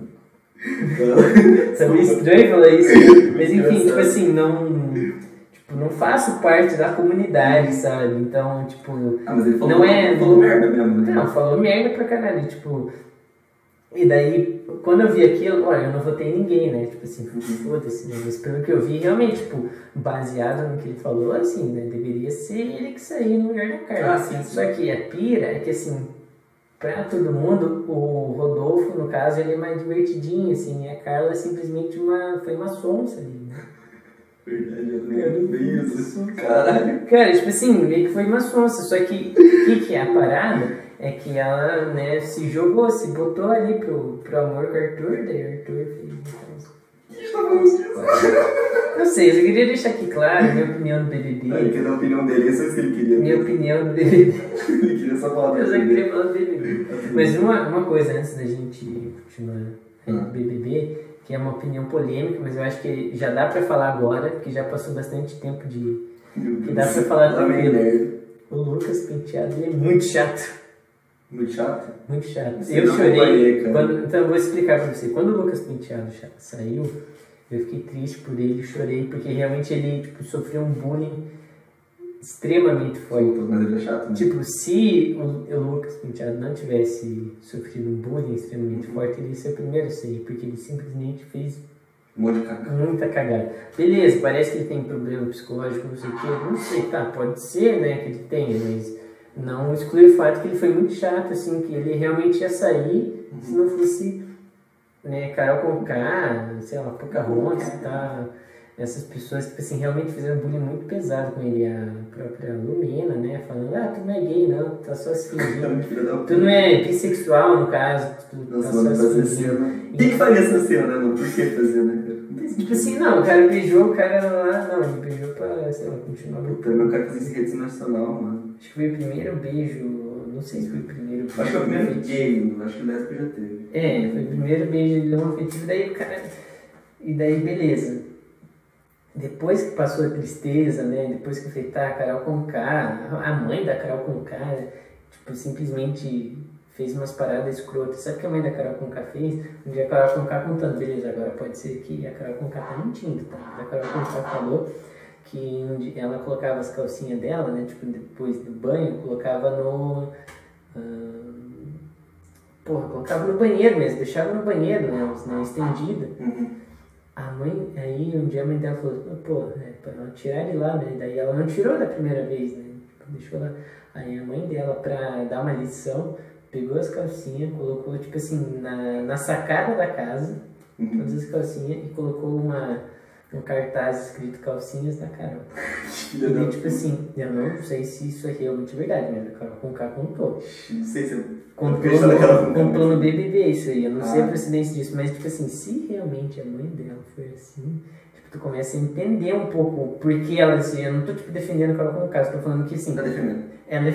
Tá meio estranho falar isso, mas enfim, tipo assim, não... Tipo, tipo, não faço parte da comunidade, sabe? Então, tipo, Ah, mas ele falou, não é... falou merda mesmo, né? Não, falou merda pra caralho, tipo... E daí, quando eu vi aquilo, olha, eu não votei em ninguém, né? Tipo assim, foda-se, né? Mas pelo que eu vi, realmente, tipo, baseado no que ele falou, assim, né? Deveria ser ele que sair no lugar da Carla. Ah, sim. Só que a pira é que, assim, pra todo mundo, o Rodolfo, no caso, ele é mais divertidinho, assim, e a Carla é simplesmente foi uma sonsa ali, né? Verdade, eu nem vi isso. Caralho. Cara, tipo assim, meio que foi uma sonsa, só que o que é a parada? É que ela, né, se jogou, se botou ali pro amor com o Arthur, daí o Arthur fez. Não sei, eu só queria deixar aqui claro minha opinião do BBB. Ele queria a opinião dele, isso é isso que ele queria. Minha opinião do BBB. Ele queria só falar Eu do só BBB. queria falar do BBB. Mas uma coisa antes da gente continuar no BBB, que é uma opinião polêmica, mas eu acho que já dá pra falar agora, porque já passou bastante tempo que dá pra falar tranquilo. O Lucas Penteado, ele é muito chato. Muito chato? Muito chato. Você Eu não chorei. acompanhei, Então eu vou explicar pra você. Quando o Lucas Penteado saiu, eu fiquei triste por ele, chorei, porque realmente ele tipo, sofreu um bullying extremamente forte. Mas ele é chato, né? Tipo, se o Lucas Penteado não tivesse sofrido um bullying extremamente forte, ele ia ser o primeiro a sair, porque ele simplesmente fez Um monte de cagada. muita cagada. Beleza, parece que ele tem problema psicológico, não sei o que, não sei, tá, pode ser, né, que ele tenha, mas não exclui o fato que ele foi muito chato, assim, que ele realmente ia sair se não fosse, né, Carol Conká, sei lá, Pocahontas e tal. Essas pessoas, tipo assim, realmente fizeram bullying muito pesado com ele. A própria Lumena, né, falando, tu não é gay, não, tá só se fingindo. Tu não é bissexual, no caso, tu Nossa, tá mano, só fazer se fingindo. cena. Quem que faria essa cena, né, mano? Por que fazer, né, cara? Não tem Tipo sentido. assim, não, o cara beijou o cara lá, não, ele beijou pra, sei lá, continuar Puta, lutando. eu quero fazer esse rede nacional, mano. Acho que foi o primeiro beijo, não sei se foi o primeiro beijo. Acho que é o primeiro gay, acho que o lésbico já teve. É, foi o primeiro beijo de afetivo, daí o cara. E daí, beleza. Depois que passou a tristeza, né? Depois que eu falei, tá, Carol Conká, a mãe da Carol Conká, tipo, simplesmente fez umas paradas escrotas. Sabe o que a mãe da Carol Conká fez? Um dia a Carol Conká contando, beleza, agora pode ser que a Carol Conká tá mentindo, tá? A Carol Conká falou que um dia ela colocava as calcinhas dela, né? Tipo, depois do banho, colocava no... colocava no banheiro mesmo, deixava no banheiro, né? Estendida. A mãe, aí um dia a mãe dela falou, pra ela tirar de lá, né? Daí ela não tirou da primeira vez, né? Deixou lá. Aí a mãe dela, pra dar uma lição, pegou as calcinhas, colocou, tipo assim, na sacada da casa, todas as calcinhas, e colocou um cartaz escrito calcinhas da Carol. E daí, tipo assim, eu não sei se isso é realmente verdade, né? A Carol Conká contou. Não sei se eu... Contou no BBB isso aí, eu não sei a procedência disso, mas tipo assim, se realmente a mãe dela foi assim, tipo, tu começa a entender um pouco por que ela assim, eu não tô tipo defendendo a Carol Conká, eu tô falando que assim, Tá defendendo. ela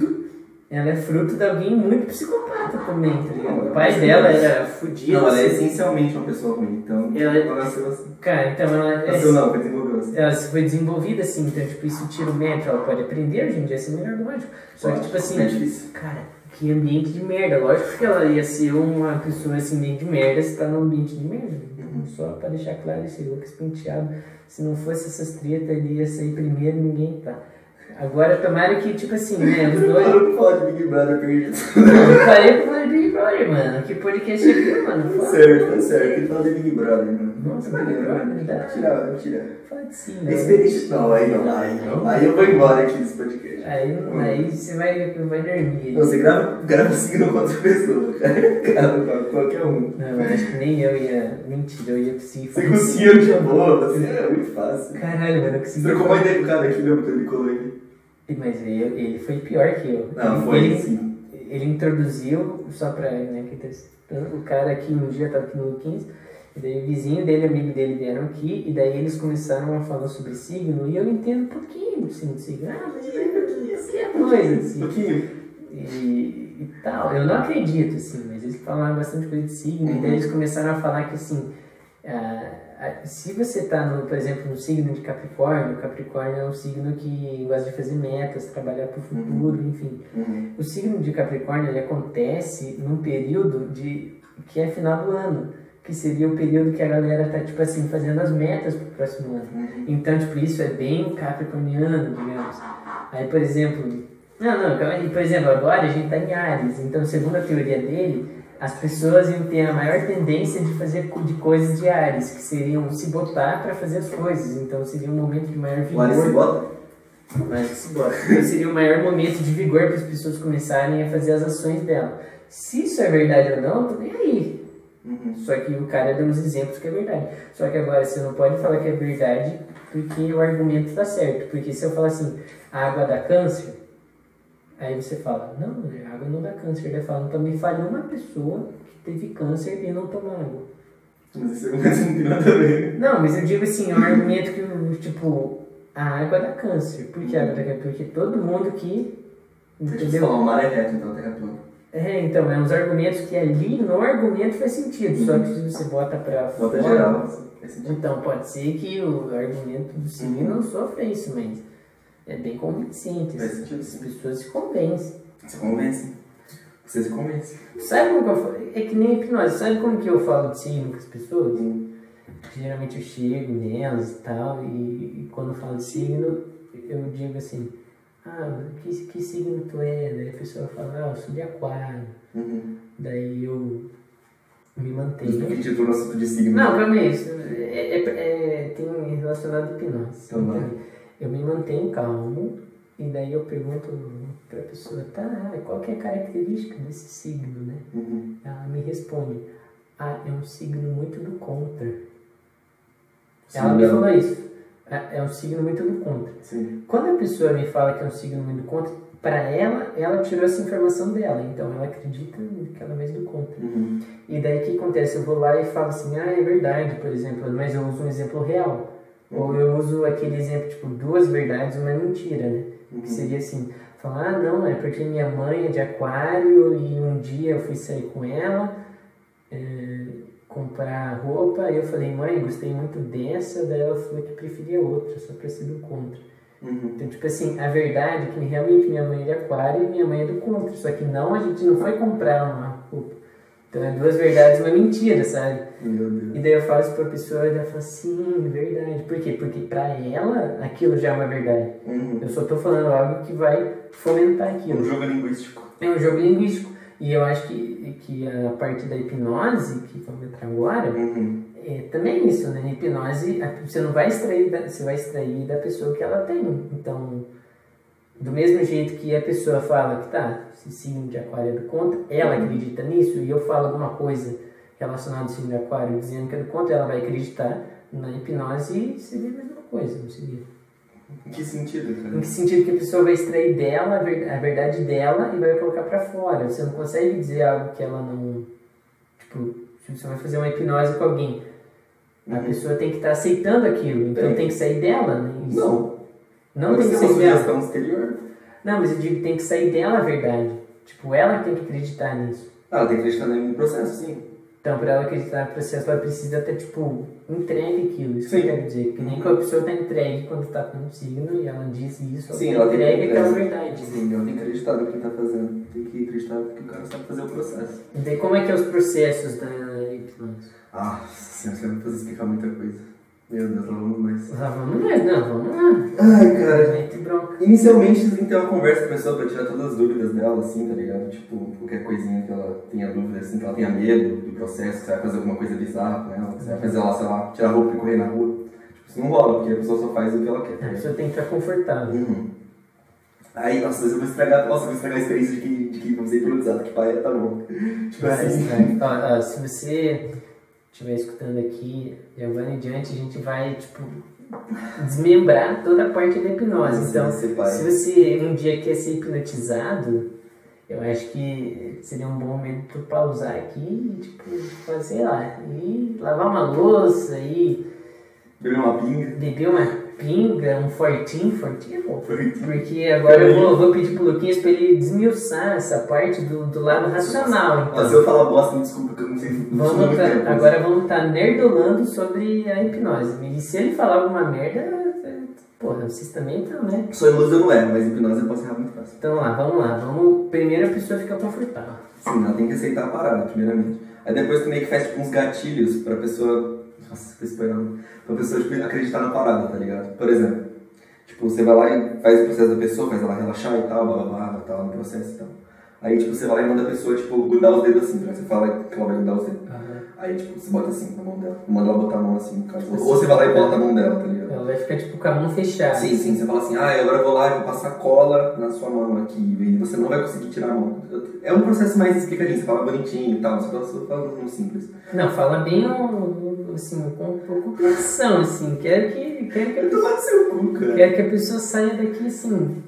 é fruto de alguém muito psicopata também, tá ligado? O pai dela era fudido. Não, ela é assim. essencialmente uma pessoa ruim, então Ela nasceu assim. Cara, então ela Nasceu não, foi desenvolveu assim. ela foi desenvolvida assim, então tipo, isso tira o mérito, ela pode aprender hoje em dia, ser melhor lógico. Só que tipo assim, é difícil. cara, que ambiente de merda. Lógico que ela ia ser uma pessoa assim, meio de merda se tá num ambiente de merda. Então, só pra deixar claro esse Lucas Penteado, se não fosse essas tretas, ele ia sair primeiro e ninguém tá. Agora, tomara que, tipo assim, né, os dois... Não pode Big Brother perdido. Não, parei pra falar de Big Brother, mano. Que podcast é aqui, mano? Tá certo. Ele fala de Big Brother, mano. Nossa, Big Brother, dá. Vou tirar. Fala de sim, É experiência. Não, aí não. Aí eu vou embora aqui desse podcast. Aí você vai dormir. Não, você grava signo com outra pessoa, cara. Qualquer um. Não, eu acho que nem eu ia... Mentira, eu ia conseguir Você conseguiu de boa, assim, é muito fácil. Caralho, mano, eu consegui... Você trocou uma ideia com o cara aqui mesmo, que ele colou aqui. Mas ele foi pior que eu. Não, foi sim. Ele introduziu, só pra, né, o cara aqui um dia tava aqui no 15, e daí o vizinho dele, amigo dele vieram aqui, e daí eles começaram a falar sobre signo, e eu entendo um pouquinho, assim, de signo. Mas é coisa, assim. Pouquinho. E tal. Eu não acredito, assim, mas eles falaram bastante coisa de signo, e daí eles começaram a falar que, assim, se você está, por exemplo, no signo de Capricórnio, Capricórnio é um signo que gosta de fazer metas, trabalhar para o futuro, enfim. O signo de Capricórnio ele acontece num período que é final do ano, que seria o período que a galera tá, tipo assim, fazendo as metas pro próximo ano. Então, tipo, isso é bem capricorniano, digamos. Aí, por exemplo... Calma aí. Por exemplo, agora a gente tá em Áries. Então, segundo a teoria dele, as pessoas iam ter a maior tendência de fazer de coisas de Áries, que seriam se botar para fazer as coisas. Então, seria um momento de maior vigor. O Áries se bota? O Áries se bota. Então, seria o maior momento de vigor para as pessoas começarem a fazer as ações dela. Se isso é verdade ou não, tô nem aí. Só que o cara deu uns exemplos que é verdade. Só que agora você não pode falar que é verdade porque o argumento está certo. Porque se eu falar assim, a água dá câncer, aí você fala, não, a água não dá câncer. Ele fala, também falhou uma pessoa que teve câncer e não tomou água. Mas esse argumento não tem nada a ver. Não, mas eu digo assim, é um argumento que, tipo, a água dá câncer. Por que a água dá câncer? Porque todo mundo que... Deixa eu falar, o mar é reto, então terra plana. Então, é uns argumentos que ali no argumento faz sentido, só que se você bota pra fora... Bota geral, faz sentido. Então, pode ser que o argumento do signo não sofra isso, mas é bem convincente. Faz sentido. As pessoas se convencem. Se convence. Você se convence. Sabe como que eu falo? É que nem hipnose. Sabe como que eu falo de signo com as pessoas? Geralmente eu chego nelas e tal, e quando eu falo de signo, eu digo assim... que signo tu é? Daí a pessoa fala, eu sou de aquário. Daí eu me mantenho. Que título no assunto de signo? Não, calma aí, isso tem relacionado a hipnose. Eu me mantenho calmo, e daí eu pergunto pra pessoa, qual que é a característica desse signo, né? Ela me responde, é um signo muito do contra. Ela me falou isso. É um signo muito do contra. Sim. Quando a pessoa me fala que é um signo muito do contra, para ela tirou essa informação dela, então ela acredita que ela é mais do contra. E daí o que acontece? Eu vou lá e falo assim, é verdade, por exemplo, mas eu uso um exemplo real. Ou eu uso aquele exemplo, tipo, 2 verdades e uma mentira, né? Que seria assim, falar, não, é porque minha mãe é de aquário e um dia eu fui sair com ela, comprar roupa, e eu falei, mãe, gostei muito dessa, daí ela falou que preferia outra, só pra ser do contra. Então, tipo assim, a verdade é que realmente minha mãe é de aquário e minha mãe é do contra, só que a gente não foi comprar uma roupa. Então é 2 verdades e uma mentira, sabe? Meu Deus. E daí eu falo isso pra pessoa e ela fala, sim, verdade. Por quê? Porque pra ela aquilo já é uma verdade. Eu só tô falando algo que vai fomentar aquilo. Um jogo linguístico. É um jogo linguístico. E eu acho que a parte da hipnose, que vamos entrar agora, é também isso, né? Hipnose, você não vai extrair, você vai extrair da pessoa que ela tem. Então, do mesmo jeito que a pessoa fala que esse signo de aquário é do contra, ela acredita nisso, e eu falo alguma coisa relacionada ao signo de aquário dizendo que é do contra, ela vai acreditar na hipnose e seria a mesma coisa, não seria? Em que sentido, cara? Em que sentido que a pessoa vai extrair dela a verdade dela e vai colocar pra fora. Você não consegue dizer algo que ela não... Tipo, se você vai fazer uma hipnose com alguém, a pessoa tem que estar aceitando aquilo, então tem que sair dela, né? Isso. Não tem que sair dela. Exterior. Não, mas eu digo que tem que sair dela a verdade. Tipo, ela tem que acreditar nisso. Ela tem que acreditar no processo, sim. Então, para ela acreditar no processo, ela precisa ter, tipo, entregue aquilo. Isso sim. que eu quero dizer. Que nem que a pessoa está entregue quando está com um signo e ela diz isso, sim, ela entregue aquela verdade. Sim, ela tem que acreditar no que está fazendo. Tem que acreditar que o cara sabe fazer o processo. E daí, como é que é os processos da hipnose? Você vai fazer explicar muita coisa. Meu Deus, lá vamos mais. Vamos lá. Ai, cara. Bronca. Inicialmente você tem que ter uma conversa com a pessoa pra tirar todas as dúvidas dela, assim, tá ligado? Tipo, qualquer coisinha que ela tenha dúvida, assim, que ela tenha medo do processo, que você vai fazer alguma coisa bizarra com ela, que você vai fazer ela, sei lá, tirar a roupa e correr na rua. Tipo, isso não rola, porque a pessoa só faz o que ela quer. Tá? A pessoa tem que estar confortável. Aí, nossa, às vezes eu vou estragar a experiência de que vamos ser hipnotizado, que pai tá bom. Tipo assim. Se você estiver escutando aqui, de agora em diante, a gente vai, tipo, desmembrar toda a parte da hipnose. Então, se você um dia quer ser hipnotizado, eu acho que seria um bom momento para pausar aqui e, tipo, fazer lá, e lavar uma louça e beber uma pinga, um fortinho é bom. Porque agora eu vou pedir pro Luquinhas pra ele desmiuçar essa parte do lado racional. Então. Se eu falar bosta, desculpa que eu não sei. Agora vamos estar nerdolando sobre a hipnose. E se ele falar alguma merda, porra, vocês também estão, né? Só ilusão não é, mas hipnose eu posso errar muito fácil. Então vamos lá. Primeiro a pessoa fica confortável. Sim, ela tem que aceitar a parada, primeiramente. Aí depois tu meio que faz tipo, uns gatilhos pra pessoa... Nossa, tô esperando. Pra pessoa tipo, acreditar na parada, tá ligado? Por exemplo, tipo, você vai lá e faz o processo da pessoa, faz ela relaxar e tal, blá blá blá, tal, no processo e tal. Aí, tipo, você vai lá e manda a pessoa, tipo, grudar os dedos assim, né? Você fala que ela vai grudar os dedos. Aí, tipo, você bota assim na mão dela. Manda ela botar a mão assim, no caso. Ou você vai lá e bota a mão dela, tá ligado? Ela vai ficar, tipo, com a mão fechada. Sim, sim. Você fala assim, agora eu vou lá e vou passar cola na sua mão aqui. E você não vai conseguir tirar a mão. É um processo mais explicadinho. Você fala bonitinho e tal. Você fala no simples. Não, fala bem, assim, com compreensão, assim. Quero que Eu tô lá no seu cu, cara. Quero que a pessoa saia daqui, assim...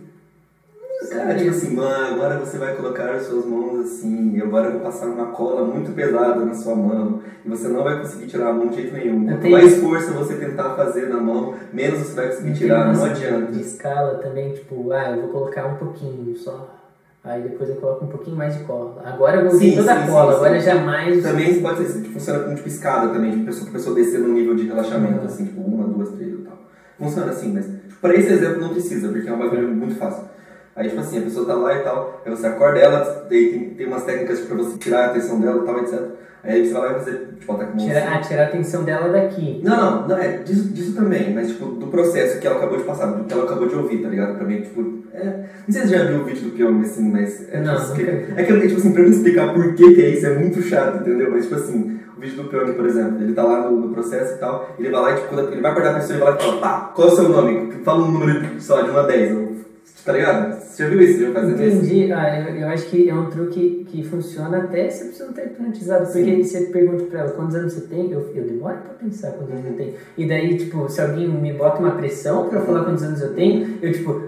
Cara, tipo assim, mano, agora você vai colocar as suas mãos assim, e agora eu vou passar uma cola muito pesada na sua mão, e você não vai conseguir tirar a mão de jeito nenhum. Quanto mais força você tentar fazer na mão, menos você vai conseguir tirar, não adianta. De escala também, tipo, eu vou colocar um pouquinho só, aí depois eu coloco um pouquinho mais de cola. Agora eu vou usar toda a cola, agora jamais... Também pode ser, tipo, funciona como tipo, escada também, tipo, pra pessoa descer no nível de relaxamento, assim, tipo, 1, 2, 3 e tal. Funciona assim, mas pra esse exemplo não precisa, porque é um bagulho muito fácil. Aí, tipo assim, a pessoa tá lá e tal, aí você acorda ela, tem umas técnicas pra você tirar a atenção dela e tal, etc. Aí você vai lá e você, tipo, ela tá com tirar a atenção dela daqui. Não, disso também, mas, tipo, do processo que ela acabou de passar, do que ela acabou de ouvir, tá ligado? Pra mim, tipo, não sei se você já viu o vídeo do Pyong, assim, mas... Não, tipo assim, pra me explicar por que é isso, é muito chato, entendeu? Mas, tipo assim, o vídeo do Pyong, por exemplo, ele tá lá no processo e tal, ele vai lá e, tipo, ele vai acordar a pessoa e vai lá e fala, pá, qual é o seu nome? Fala um número, sei lá, de 1 a 10, tá ligado? Você já viu isso? Já fazendo isso? Entendi. Eu acho que é um truque que funciona até se a pessoa não tá hipnotizada. Porque você pergunta pra ela quantos anos você tem, eu demoro pra pensar quantos anos eu tenho. E daí, tipo, se alguém me bota uma pressão pra eu falar quantos anos eu tenho, eu, tipo...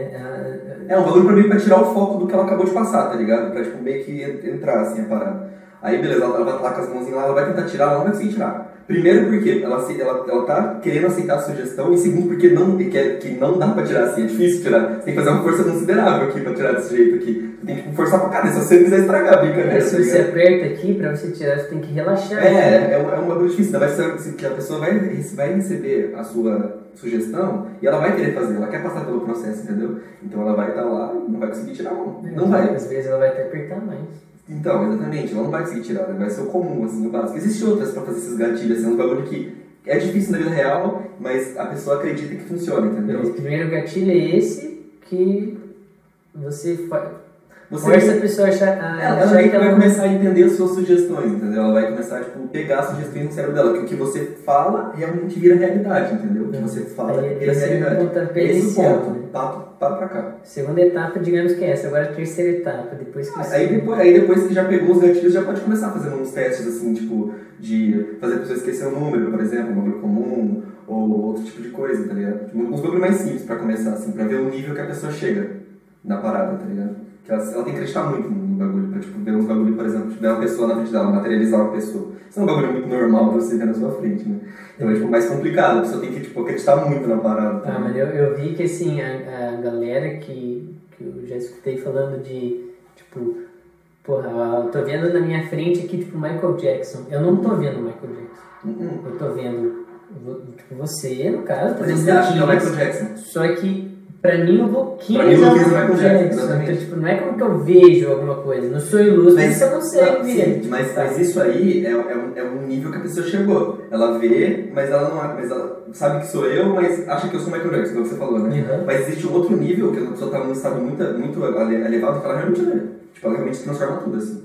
É um bagulho pra mim pra tirar o foco do que ela acabou de passar, tá ligado? Pra, tipo, meio que entrar, assim, a parada. Aí, beleza, ela vai lá com as mãozinhas lá, ela vai tentar tirar, ela não vai conseguir tirar. Primeiro porque ela tá querendo aceitar a sugestão, e segundo porque que não dá pra tirar assim, é difícil tirar. Você tem que fazer uma força considerável aqui pra tirar desse jeito aqui. Você tem que forçar pra caralho, se você quiser estragar a brincadeira. Se você aperta aqui, pra você tirar, você tem que relaxar. É um bagulho difícil, ainda vai ser que a pessoa vai receber a sua sugestão e ela vai querer fazer, ela quer passar pelo processo, entendeu? Então ela vai estar lá e não vai conseguir tirar a mão. Não vai. Às vezes ela vai até apertar mais. Então, exatamente, ela não vai conseguir tirar, vai ser o comum, assim, o básico. Existem outras pra fazer esses gatilhos, assim, um bagulho que é difícil na vida real, mas a pessoa acredita que funciona, entendeu? O primeiro gatilho é esse que você força a pessoa a achar... Ela vai começar a entender as suas sugestões, entendeu? Ela vai começar, tipo, pegar as sugestões no cérebro dela, que o que você fala realmente vira realidade, entendeu? O que você fala vira realidade. Esse é o ponto, papo pra cá. Segunda etapa, digamos que é essa, agora a terceira etapa, depois que aí depois que já pegou os gatilhos, já pode começar fazendo uns testes, assim, tipo, de fazer a pessoa esquecer o número, por exemplo, um número comum, ou outro tipo de coisa, tá ligado? Tipo, uns bagulho mais simples pra começar, assim, pra ver o nível que a pessoa chega na parada, tá ligado? Que ela tem que acreditar muito no bagulho, pra, tipo, ver uns bagulho, por exemplo, ver uma pessoa na frente dela, materializar uma pessoa. Isso é um bagulho muito normal pra você ver na sua frente, né? Então é, tipo, mais complicado, a pessoa tem que, tipo, acreditar muito na parada. Tá? Mas eu vi que, assim, a galera que eu já escutei falando de, tipo, porra, eu tô vendo na minha frente aqui, tipo, Michael Jackson. Eu não tô vendo Michael Jackson. Eu tô vendo, tipo, você, no caso. Mas você acha que é o Michael Jackson? Só que, pra mim, o Boquinha é o Michael Jackson. Então, tipo, não é como que eu vejo alguma coisa. Não sou ilustre, mas você consegue ver. Sim, mas isso aí é um nível que a pessoa chegou. Ela vê, mas ela não mas ela sabe que sou eu, mas acha que eu sou o Michael Jackson, como você falou, né? Uhum. Mas existe um outro nível que a pessoa tá num estado muito elevado que ela realmente vê. Tipo, ela realmente transforma tudo, assim.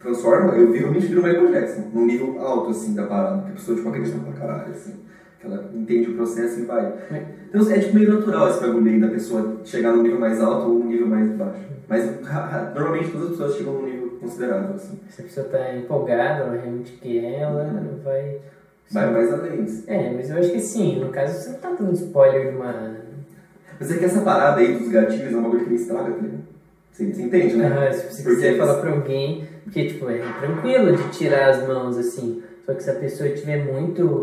Eu realmente viro o Michael Jackson, num nível alto, assim, da parada. Que a pessoa, tipo, acredita pra caralho, assim. Que ela entende o processo e vai. Então é, tipo, meio natural esse bagulho aí da pessoa chegar num nível mais alto ou num nível mais baixo. Mas, normalmente, todas as pessoas chegam num nível considerável, assim. Se a pessoa tá empolgada, ela realmente quer, ela vai... Vai mais além. Mas eu acho que sim, no caso você não tá dando spoiler de uma... Mas é que essa parada aí dos gatilhos é um bagulho que me estraga, tá ligado? Você entende, né? Se você quiser falar pra alguém, porque tipo, é tranquilo de tirar as mãos assim, só que se a pessoa estiver muito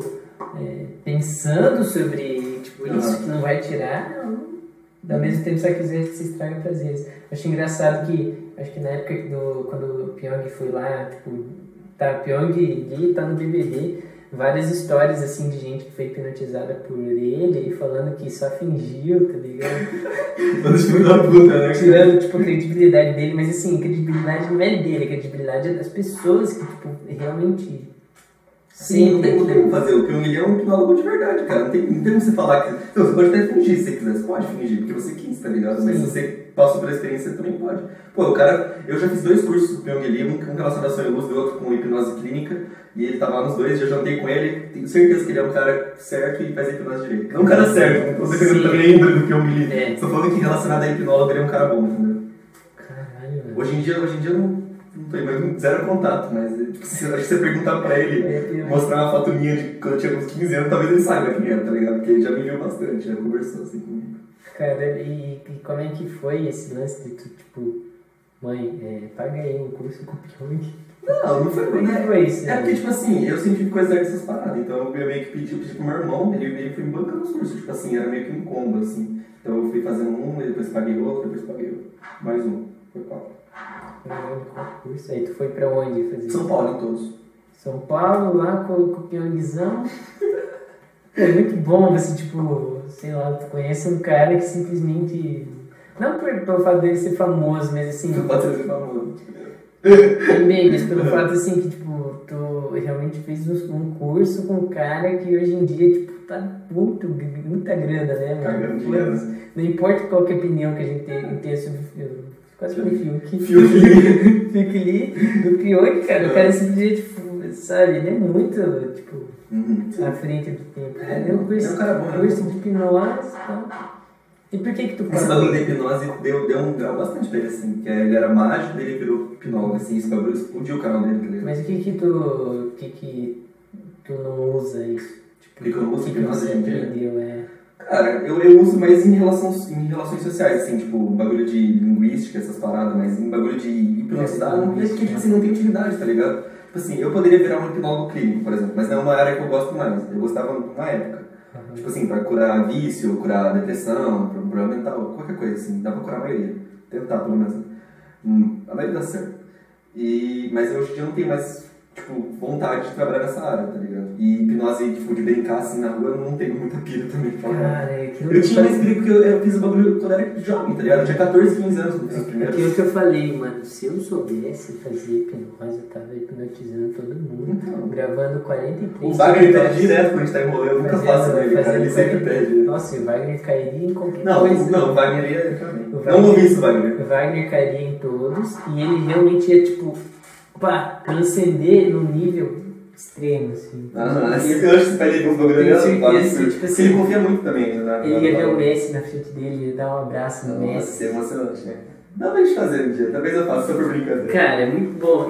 pensando sobre tipo, isso que não vai tirar, ao mesmo tempo se ela quiser se estraga prazeres. Eu acho engraçado que, acho que na época quando o Pyong foi lá, tipo, tá, Pyong Lee tá no BBB, várias histórias assim de gente que foi hipnotizada por ele e falando que só fingiu, tá ligado? Bando de filho da puta, né? Tirando, tipo, a credibilidade dele, mas assim, a credibilidade não é dele, a credibilidade é das pessoas que, tipo, realmente... Sim, não tem como fazer. O Pyong Lee é um hipnólogo de verdade, cara. Não tem como você falar que... Então, você pode até fingir se você quiser. Você pode fingir, porque você quis, tá ligado? Sim. Mas se você passou pela experiência, você também pode. Pô, o cara... Eu já fiz 2 cursos do Pyong Lee, um relacionado a sonho lúcido e outro com hipnose clínica. E ele tava lá nos 2, já jantei com ele. Tenho certeza que ele é um cara certo e faz hipnose direito. Não um cara certo, não tô defendendo também a índole do Pyong Lee. Só falando que relacionado a hipnólogo, ele é um cara bom, entendeu? Caralho, velho. Hoje em dia eu não tenho mais zero contato, mas tipo, acho que você perguntar pra ele, mostrar uma foto minha de quando eu tinha uns 15 anos, talvez ele saiba quem é, tá ligado? Porque ele já me viu bastante, já conversou assim comigo. Cara, e como é que foi esse lance de tu, tipo, mãe, paga aí um curso com o Pyong? Não foi, né? Foi isso, é porque, tipo assim, eu sempre fico exercendo essas paradas, então eu meio que pedi pro meu irmão, ele foi me bancando os cursos, tipo assim, era meio que um combo, assim. Então eu fui fazendo um, depois paguei outro, depois paguei mais um, foi 4. Curso. Aí tu foi pra onde fazer? São Paulo, em todos. São Paulo, lá com o Pyongzão. É muito bom você, tipo, sei lá, tu conhece um cara que simplesmente... Não pelo fato dele ser famoso, mas assim... Não pode ser famoso. Também, mas pelo fato assim que, tipo, tu realmente fez um curso com um cara que hoje em dia, tipo, tá muita grana, né, mano? Cagando dinheiro. Não importa qual que é a opinião que a gente tem sobre o filme. Quase falei Fiuk Lee, do Pyong, cara. O cara simplesmente, tipo, sabe, ele é muito, tipo, à frente do tempo. Ele é um curso de hipnose e tal. E por que tu esse bagulho da hipnose deu um grau bastante pra ele, assim, que ele era mágico, daí ele virou hipnólogo, assim, esse bagulho explodiu o canal dele, tá ligado? Mas o que tu não usa isso? Tipo, que eu não uso hipnose hoje em dia? Entendeu, Cara, eu uso mais em relações sociais, assim, tipo, bagulho de linguística, essas paradas, mas em bagulho de hipnotizar, porque, tipo assim, não tem utilidade, tá ligado? Tipo assim, eu poderia virar um hipnólogo clínico, por exemplo, mas não é uma área que eu gosto mais, eu gostava numa época. Tipo assim, pra curar vício, curar depressão, problema mental, qualquer coisa assim, dá pra curar a maioria. Tentar, pelo menos. A maioria dá certo. Mas hoje em dia eu não tenho mais, tipo, vontade de trabalhar nessa área, tá ligado? E hipnose, tipo, de brincar assim na rua, eu não tenho muita pira também pra falar. Eu tinha mais pira porque eu fiz o bagulho quando era jovem, tá ligado? Eu tinha 14, 15 anos quando fiz os primeiros. Aquilo que eu falei, mano, se eu soubesse fazer hipnose, eu tava hipnotizando todo mundo, então, gravando 43... O Wagner pede direto quando a gente tá em rolê, eu nunca faço ele, cara, ele sempre pede. Nossa, o Wagner cairia em qualquer coisa. Não, o Wagner ia também. Não ouvi isso, Wagner. O Wagner cairia em todos e ele realmente ia, tipo, transcender num nível extremo, assim. Eu acho que você pede uns bagulho tipo assim, ele confia muito também. Ele ia ver o Messi na frente dele, ia dar um abraço no Messi. Nossa, isso é emocionante, né? Dá pra gente fazer um dia, talvez eu faça só por brincadeira. Cara, é muito bom.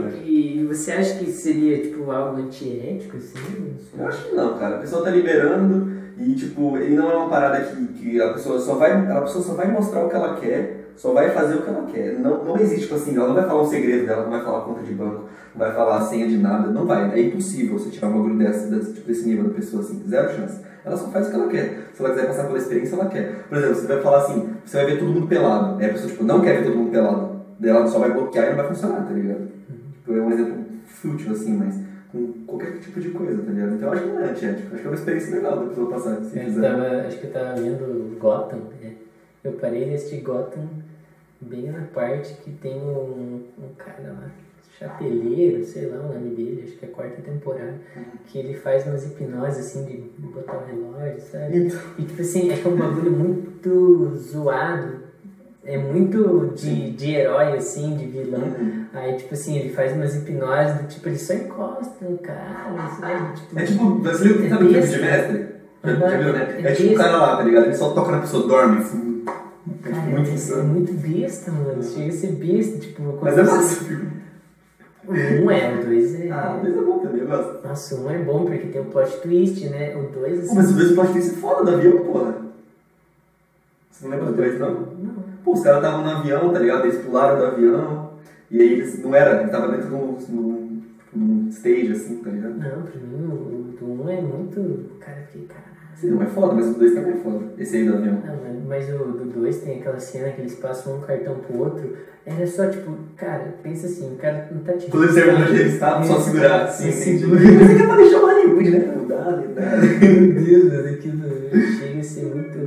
E você acha que seria, tipo, algo antiético, assim? Eu acho que não, cara. A pessoa tá liberando e, tipo, ele não é uma parada que a pessoa só vai mostrar o que ela quer, só vai fazer o que ela quer. Não existe, tipo assim, ela não vai falar um segredo dela, não vai falar a conta de banco, não vai falar a senha de nada, não vai. É impossível você tirar um bagulho desse nível da pessoa, assim, zero chance. Ela só faz o que ela quer. Se ela quiser passar pela experiência, ela quer. Por exemplo, você vai falar assim, você vai ver todo mundo pelado. Aí a pessoa, tipo, não quer ver todo mundo pelado. Daí ela só vai bloquear e não vai funcionar, tá ligado? Tipo, é um exemplo fútil, assim, mas com qualquer tipo de coisa, tá ligado? Então eu acho que não é antiético. Acho que é uma experiência legal da pessoa passar, se quiser. Acho que eu tava vendo Gotham, né? Eu parei de assistir Gotham bem na parte que tem um cara lá, Chapeleiro, sei lá o nome dele, acho que é a 4ª temporada, que ele faz umas hipnoses assim de botar o relógio, sabe? E tipo assim, é que é um bagulho muito zoado, é muito de herói assim, de vilão. Aí tipo assim, ele faz umas hipnoses do tipo, ele só encosta no cara, sabe? Tipo, é tipo, você viu que tá no filme de mestre? Já viu, né? É tipo o cara lá, tá ligado? Ele só toca na pessoa, dorme, assim. Cara, muito insano. É muito besta, mano. Chega a ser besta, tipo... Mas é massa, filho. O 1 é, o 2 é... Ah, o 2 é bom também, eu gosto. Nossa, o 1 é bom porque tem o plot twist, né? O 2 assim... Mas o 2 plot twist é foda do avião, porra. Você não lembra do 2, não? Não. Pô, os caras estavam no avião, tá ligado? Eles pularam do avião. E aí eles... Não era, eles estavam dentro de um stage, assim, tá ligado? Não, pra mim o do 1 é muito... Cara, eu fiquei, caralho. Sim, não é foda, mas o 2 também é foda. Esse aí do avião. Não, mas o do 2 tem aquela cena que eles passam um cartão pro outro. Era só tipo, cara, pensa assim, o cara não tá te... Quando eles terminam de revistar, só segurar. Sim, segura. Mas é que é pra deixar o Hollywood, né? Não dá. Meu Deus, aquilo chega a ser muito...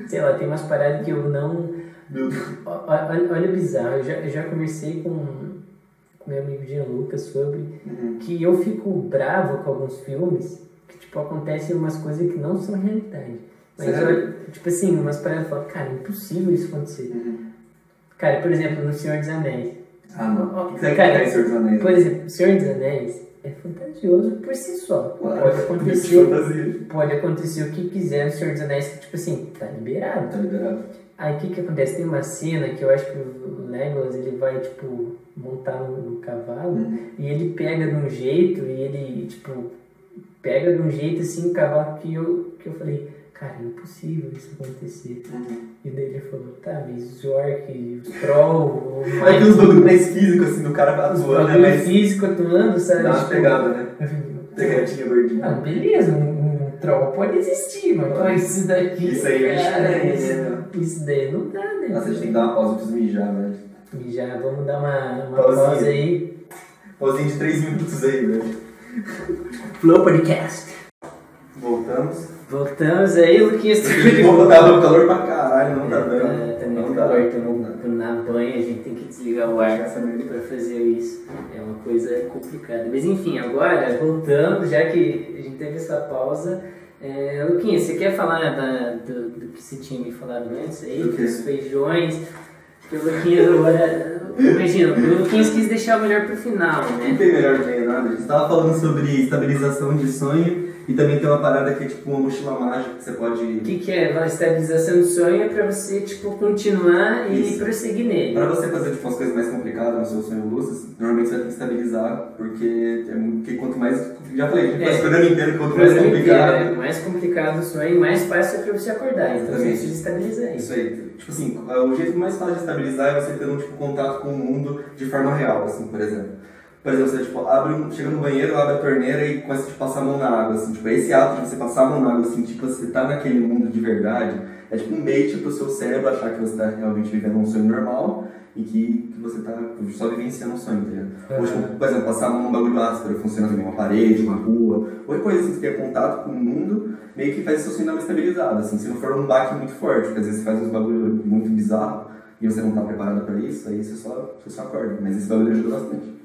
sei lá, tem umas paradas que eu não... Meu Deus. Olha bizarro, eu já conversei com meu amigo Gianluca sobre que eu fico bravo com alguns filmes que, tipo, acontecem umas coisas que não são realidade. Mas, tipo assim, umas paradas eu falo, cara, é impossível isso acontecer. Cara, por exemplo, no Senhor dos Anéis. Ah, não. O que você quer em Senhor dos Anéis? Por exemplo, o Senhor dos Anéis é fantasioso por si só. Claro, pode acontecer o que quiser no Senhor dos Anéis, que, tipo assim, tá liberado. Tá liberado. Aí o que acontece? Tem uma cena que eu acho que o Legolas, ele vai, tipo, montar no cavalo e ele pega de um jeito e ele, tipo, pega de um jeito assim o cavalo que eu falei, cara, é impossível isso acontecer. E daí ele falou, tá, mas os orcs, os troll... Mas tem uns bagulho mais físicos, assim, do cara atuando, né? Mais físico atuando, sabe? Dá uma pegada, né? Pegadinha gordinha. Ah, beleza, um troll pode existir, mas isso daqui... Isso aí é estranho, né? Isso daí não dá, né? Nossa, a gente tem que dar uma pausa pra preciso mijar, velho. Mijar, vamos dar uma pausa aí. Pausinha de 3 minutos aí, velho. Flow Podcast. Voltamos aí, Luquinhas. Tava calor pra caralho, não tá dando. Tá muito calor, tô na banha, a gente tem que desligar o ar pra fazer isso. É uma coisa complicada. Mas enfim, agora, voltando, já que a gente teve essa pausa. Luquinhas, você quer falar do que você tinha me falado antes aí? Dos feijões. Porque o Luquinhas agora... Imagina, o Luquinhas quis deixar o melhor pro final, né? Não tem melhor que nada. A gente tava falando sobre estabilização de sonho e também tem uma parada que é tipo uma mochila mágica que você pode... O que é? A estabilização do sonho é pra você, tipo, continuar e prosseguir nele. Pra você fazer tipo, as coisas mais complicadas no seu sonho lúcido, normalmente você vai ter que estabilizar, porque quanto mais... Já falei, tipo, o programa inteiro, quanto mais complicado... Mais complicado o sonho, mais fácil é pra você acordar. Então você precisa estabilizar isso aí. Tipo assim, o jeito mais fácil de estabilizar é você ter tipo, contato com o mundo de forma real, assim, por exemplo. Por exemplo, você tipo, chega no banheiro, abre a torneira e começa a tipo, passar a mão na água, assim. Tipo, esse ato de você passar a mão na água, assim, tipo, você tá naquele mundo de verdade, é tipo um bait pro seu cérebro achar que você tá realmente vivendo um sonho normal e que você tá só vivenciando um sonho, entendeu? Ou, tipo, por exemplo, passar a mão num bagulho áspero, funciona também, uma parede, uma rua, qualquer coisa assim, que você tenha contato com o mundo, meio que faz o seu sonho dar uma estabilizada, assim, se não for um baque muito forte, porque às vezes você faz uns bagulho muito bizarro e você não tá preparado pra isso, aí você só acorda, mas esse bagulho ajuda bastante.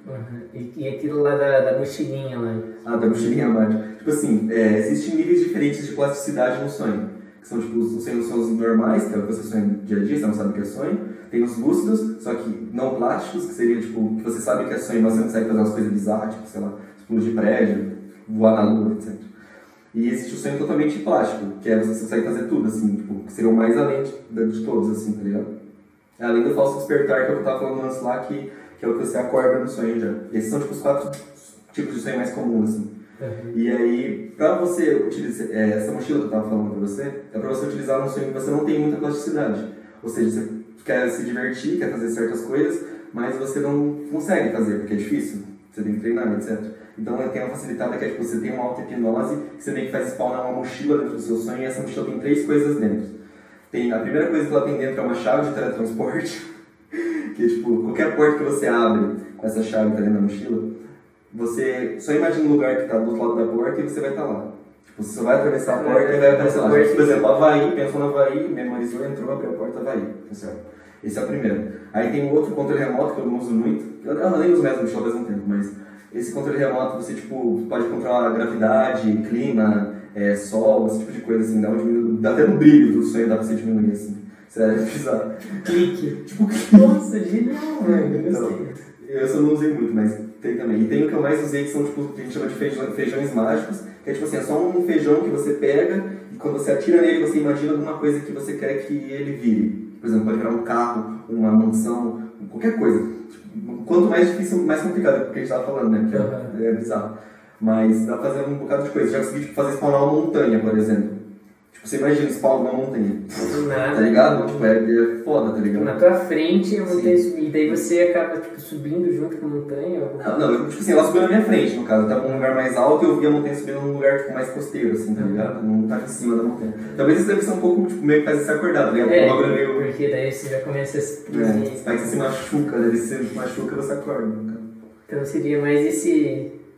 E aquilo lá da mochilinha lá? Ah, da mochilinha mágica. Tipo assim, existem níveis diferentes de plasticidade no sonho. Que são tipo os sonhos normais, que é o que você sonha no dia a dia, você não sabe o que é sonho. Tem os lúcidos, só que não plásticos, que seria tipo, que você sabe que é sonho, mas você consegue fazer umas coisas bizarras, tipo, sei lá, explodir prédio, voar na lua, etc. E existe o sonho totalmente plástico, que é você consegue fazer tudo, assim, tipo, que seria o mais além de todos, assim, tá ligado? Além do falso despertar, que é o que eu tava falando antes lá, que é o que você acorda no sonho já. Esses são tipo os 4 tipos de sonho mais comuns, assim. E aí, pra você utilizar essa mochila que eu tava falando pra você, é pra você utilizar num sonho que você não tem muita plasticidade. Ou seja, você quer se divertir, quer fazer certas coisas, mas você não consegue fazer, porque é difícil. Você tem que treinar, etc. Então tem uma facilitada que é tipo, você tem uma auto-hipnose, que você meio que faz spawnar uma mochila dentro do seu sonho, e essa mochila tem 3 coisas dentro. A primeira coisa que ela tem dentro é uma chave de teletransporte, que é tipo, qualquer porta que você abre com essa chave que tá dentro da mochila, você só imagina um lugar que está do outro lado da porta e você vai estar lá. Tipo, você só vai atravessar a porta e vai aparecer lá. Por exemplo, Havaí, pensou no Havaí, memorizou, entrou, abriu a porta, Havaí. Esse é o primeiro. Aí tem outro controle remoto que eu não uso muito. Eu nem uso mesmo mochila ao mesmo tempo, mas esse controle remoto você tipo, pode controlar a gravidade, clima, sol, esse tipo de coisa assim. Dá até no brilho do sonho, dá pra você diminuir assim. Sério, bizarro. Clique. Tipo, nossa, genial, velho. Então, eu só não usei muito, mas tem também. E tem o que eu mais usei, que são tipo, que a gente chama de feijões mágicos, que é tipo assim, é só um feijão que você pega e quando você atira nele, você imagina alguma coisa que você quer que ele vire. Por exemplo, pode virar um carro, uma mansão, qualquer coisa. Tipo, quanto mais difícil, mais complicado, porque a gente tava falando, né? Porque é bizarro. Mas dá pra fazer um bocado de coisa. Já consegui tipo, fazer spawnar uma montanha, por exemplo. Tipo, você imagina spawn uma montanha. Do nada. Tá ligado? Tipo, é foda, tá ligado? Na tua frente a montanha subir, e daí você acaba tipo, subindo junto com a montanha? Ou... Não, tipo assim, ela subiu na minha frente, no caso. Eu tava num lugar mais alto e eu vi a montanha subindo num lugar tipo, mais costeiro, assim, tá ligado? Não tá em cima da montanha. Talvez isso deve ser um pouco, tipo, meio que faz você acordar, tá ligado? Porque daí você já começa a se... Vai que você se machuca, daí você machuca e você acorda. Então seria mais esse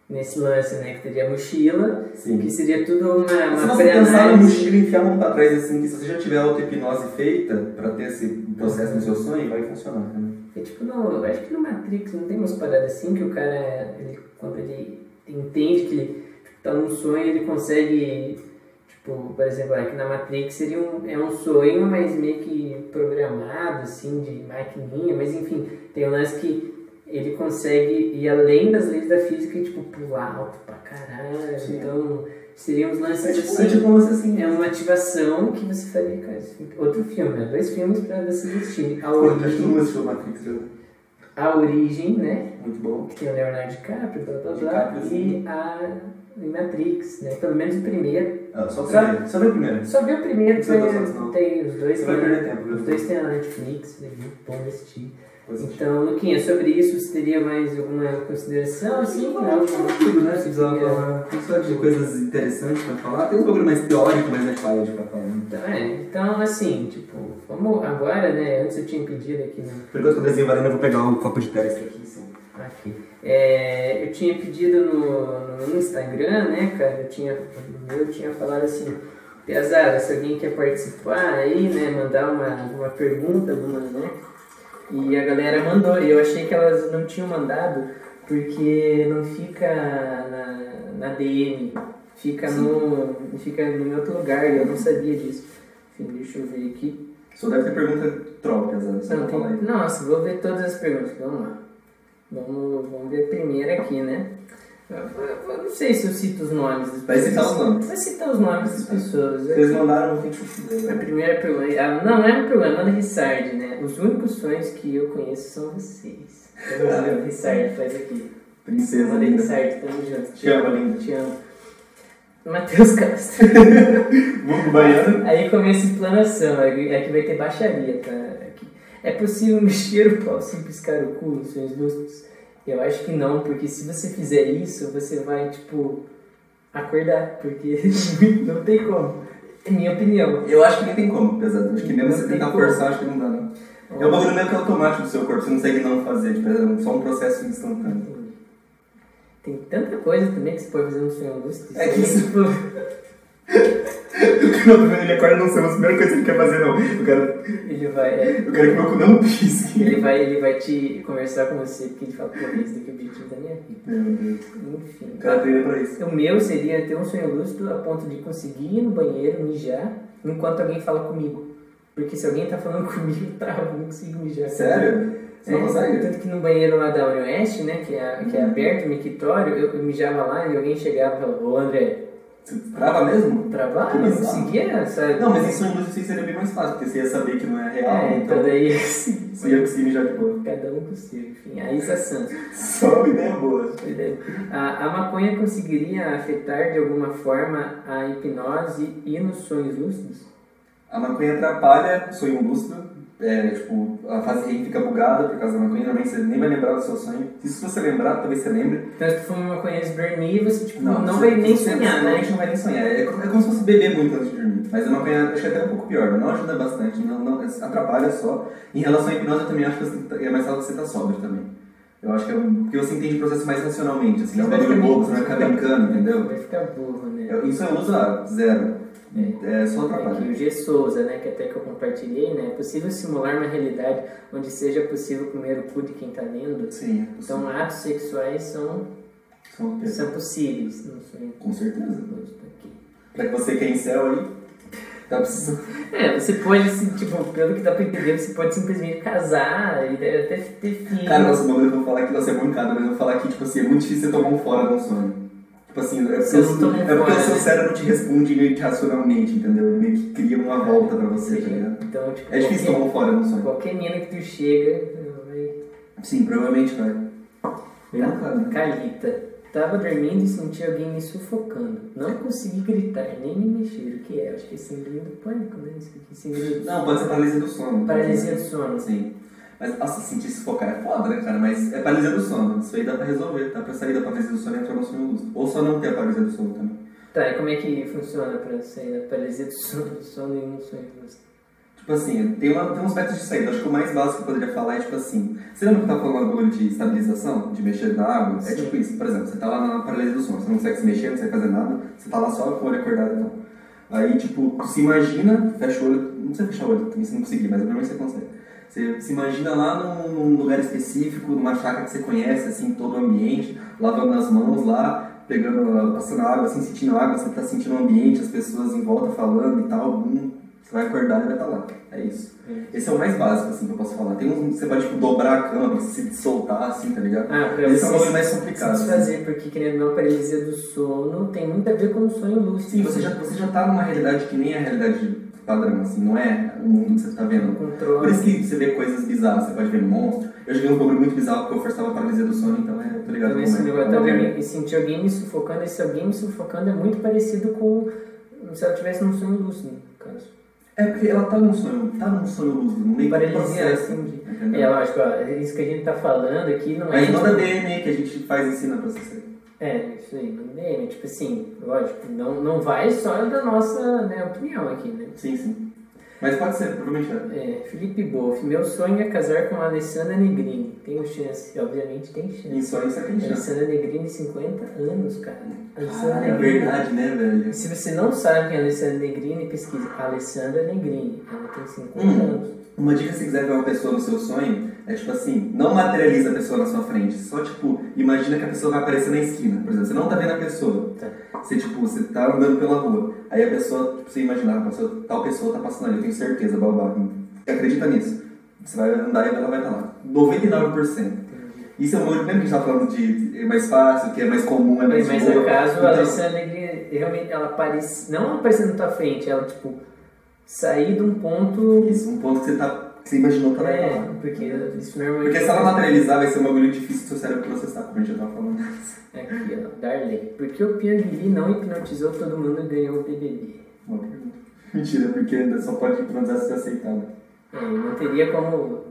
nesse lance, né? Que teria a mochila, Sim. que seria tudo uma se você pensar na pré-análise. mochila e enfiar a mão pra trás assim, que se você já tiver auto-hipnose feita pra ter esse processo no seu sonho, vai funcionar. Né? É tipo, eu acho que no Matrix não tem umas paradas assim que o cara, quando ele entende que ele tá num sonho, ele consegue, tipo, por exemplo, aqui na Matrix seria um sonho, mas meio que programado, assim, de maquininha, mas enfim, tem um lance que ele consegue ir além das leis da física e, tipo, pular alto pra caralho. Sim. Então, seriam uns lances assim. É uma ativação que você faria, cara. Outro filme, né? 2 filmes pra você assistir. Acho que todo mundo assistiu Matrix, já. A Origem, né? Muito bom. Que tem o Leonardo DiCaprio, blá blá blá. DiCaprio, E sim. a Matrix, né? Pelo menos o primeiro. Só viu o primeiro. Só vi o primeiro, Não. tem os dois. Você vai perder tempo, viu? Os dois tem na Netflix, é muito bom de assistir. Pois é. Então, Luquinha, sobre isso, você teria mais alguma consideração? Assim, não, tudo, né? Se precisar falar, tem só de coisas interessantes pra falar. Tem um bagulho mais teórico, mais net pra falar. Né? Então, assim, tipo, vamos agora, né? Antes eu tinha pedido aqui, né? Por enquanto eu desenho valendo, eu vou pegar o copo de teste aqui, sim. Aqui. Eu tinha pedido no Instagram, né, cara? Eu tinha falado assim, Piazada, se alguém quer participar aí, né? Mandar uma pergunta, né? E a galera mandou, e eu achei que elas não tinham mandado porque não fica na DM, fica no meu outro lugar, e eu não sabia disso. Enfim, deixa eu ver aqui. Só deve ter pergunta troca, Zé. Nossa, vou ver todas as perguntas, vamos lá. Vamos ver a primeira aqui, né? Eu não sei se eu cito os nomes das pessoas. Vai citar os nomes. Vai citar os nomes das pessoas. Vocês mandaram, não tem que fazer. A primeira pergunta. Não é um problema, manda Rissard, né? Os únicos sonhos que eu conheço são vocês. O Rissard faz aqui. Princesa. Manda Linda. Rissard, tamo junto. Te amo, linda. Te amo. Matheus Castro. Vamos pro baiano? Aí começa a explanação. Aqui vai ter baixaria, tá? Aqui. É possível mexer o pau sem piscar o cu em sonhos lúcidos? Eu acho que não, porque se você fizer isso, você vai, tipo, acordar, porque não tem como. É minha opinião. Eu acho que nem tem como, apesar de que mesmo Não você tem tentar como. forçar, acho que não dá, não. É um bagulho meio que automático do seu corpo, você não consegue não fazer, tipo, é só um processo instantâneo. Tem tanta coisa também que você pode fazer no sonho lúcido. É que isso- tipo... Ele acorda não sendo a primeira coisa que ele quer fazer, não. Eu quero que meu cu não pisque. Ele vai te conversar com você, porque ele fala, pô, esse daqui é o objetivo da minha vida. Meu Deus. Enfim. O cara treina pra isso. O meu seria ter um sonho lúcido a ponto de conseguir ir no banheiro, mijar, enquanto alguém fala comigo. Porque se alguém tá falando comigo, eu travo, eu não consigo mijar. Sério? Você não consegue? Tanto que no banheiro lá da Unioeste, né, que é aberto, mictório, eu mijava lá e alguém chegava e falava, ô André, Você trava mesmo? trabalho, Que não bizarro. conseguia, sabe? Não, mas em sonho lúcido seria bem mais fácil, porque você ia saber que não é real, Então daí, você ia conseguir mijar de boa. cada um com o seu, enfim, a Isa Santos. Só uma ideia boa. A maconha conseguiria afetar de alguma forma a hipnose e nos sonhos lúcidos? A maconha atrapalha o sonho lúcido, tipo, a fase REM fica bugada por causa da maconha, normalmente você nem vai lembrar do seu sonho. Se você lembrar, talvez você lembre. Então se tu for uma maconha e dormir, você tipo, não você- vai nem você sonhar, né? normalmente não vai nem sonhar. É como se fosse beber muito antes de dormir. Mas a maconha acho que é até um pouco pior, não ajuda bastante, não atrapalha só. Em relação à hipnose, eu também acho que é mais fácil você estar sóbrio também. Eu acho que porque você entende o processo mais racionalmente, assim, é um bagulho bobo, você não vai ficar brincando, entendeu? Vai ficar burro, né? Isso eu uso zero. Só Aqui atrapalha. o G. Souza, né, que até que eu compartilhei, né? É possível simular uma realidade onde seja possível comer o cu de quem está lendo? Sim, é possível. Então atos sexuais são possíveis no sonho. Com certeza. Aqui. Pra que você que é em céu aí, tá precisando. Você pode, assim, tipo, pelo que dá pra entender, você pode simplesmente casar e até ter filho. Cara, nossa, o bagulho que eu vou falar aqui, nossa, é mancada, mas eu vou falar aqui, tipo assim, é muito difícil você tomar um fora de um sonho. Tipo assim, Você não toma um porque fora, o seu né? cérebro te responde meio que racionalmente, entendeu? Ele meio que cria uma volta pra você, tá ligado? Então, tipo, É difícil tomar um fora de um sonho. qualquer mina que tu chega, vai... Sim, provavelmente vai. Bem Tá. mancada. Calita. Tava dormindo e senti alguém me sufocando. Não consegui gritar, nem me mexer. O que é? Acho que é síndrome do pânico, né? Isso aqui, síndrome do... Não, pode ser paralisia do sono. Paralisia do sono. Sim. Mas, nossa, sentir sufocar é foda, né, cara? Mas é paralisia do sono. Isso aí dá pra resolver. Dá pra sair da paralisia do sono e entrar no sonho lúcido. Ou só não ter a paralisia do sono também. Tá, e como é que funciona pra sair da paralisia do sono e no sonho lúcido? Tipo assim, tem uns métodos de saída. Acho que o mais básico que eu poderia falar é tipo assim... Você lembra que eu tava falando do bagulho de estabilização? De mexer na água? Sim. É tipo isso. Por exemplo, você tá lá na paralisia do sono. Você não consegue se mexer, não consegue fazer nada. Você tá lá só com o olho acordado e tal. Aí, tipo, tu se imagina, fecha o olho... Não precisa fechar o olho, também você não conseguir, mas primeiro você consegue. Você se imagina lá num lugar específico, numa chácara que você conhece, assim, todo o ambiente. Lavando as mãos lá, passando água, assim, sentindo água. Você tá sentindo o ambiente, as pessoas em volta falando e tal. Você vai acordar e vai estar lá. É isso. Esse é o mais básico, assim, que eu posso falar. Tem você pode, tipo, dobrar a cama pra você se soltar, assim, tá ligado? Esse é o mais complicado. Se fazer, porque, querendo ou não, a paralisia do sono tem muito a ver com o sonho lúcido. Sim, você já tá numa realidade que nem é a realidade padrão, assim, não é o mundo que você tá vendo. Por isso que você vê coisas bizarras, você pode ver monstro. Eu já vi um bagulho muito bizarro porque eu forçava a paralisia do sono, então eu tô ligado com esse negócio. Sentir alguém me sufocando, esse alguém me sufocando é muito parecido com se ela tivesse num sonho lúcido, no caso. É porque ela tá num sonho lúcido, no meio do paralisia, assim. É lógico, ó, isso que a gente tá falando aqui não é. Mas não da DM que a gente faz ensina pra você. Isso aí, não DM, tipo assim, lógico, não vai só da nossa, né, opinião aqui, né? Sim. Mas pode ser, provavelmente é. Felipe Boff, meu sonho é casar com a Alessandra Negrini. Tenho chance, obviamente tem chance. Em sonho você tem chance. Alessandra Negrini, 50 anos, cara. É verdade, né, velho? E se você não sabe quem é a Alessandra Negrini, pesquise Alessandra Negrini. Ela tem 50 anos. Uma dica se quiser ver uma pessoa no seu sonho, é tipo assim, não materializa a pessoa na sua frente, só tipo, imagina que a pessoa vai aparecer na esquina, por exemplo, você não tá vendo a pessoa, você tá andando pela rua, aí a pessoa, tipo, você imagina, tal pessoa tá passando ali, eu tenho certeza, babá, acredita nisso, você vai andar e ela vai estar lá, 99%. Isso é um número, lembra que a gente tava falando de é mais fácil, que é mais comum, é mais boa. Mas no caso, a Alessandra Negrini, realmente, ela aparece, não aparecendo na tua frente, ela tipo, sair de um ponto... Isso, um ponto que você imaginou que ela ia falar. Porque isso normalmente... Porque se ela materializar, vai ser um bagulho difícil do seu cérebro processar, como a gente já tava falando. Aqui, ó, Darley. Por que o Pyong Lee não hipnotizou todo mundo e ganhou o BBB? Uma pergunta. Mentira, porque ainda só pode hipnotizar se aceitar, né? Não teria como...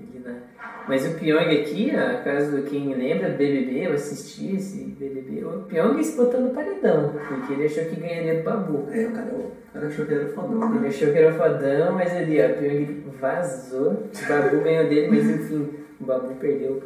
Mas o Pyong aqui, caso quem lembra do BBB, eu assisti esse BBB, o Pyong se botou no paredão, porque ele achou que ganharia do Babu. O cara achou que era fodão, né? Ele achou que era fodão, mas ali, o Pyong vazou, o Babu ganhou dele, mas enfim, o Babu perdeu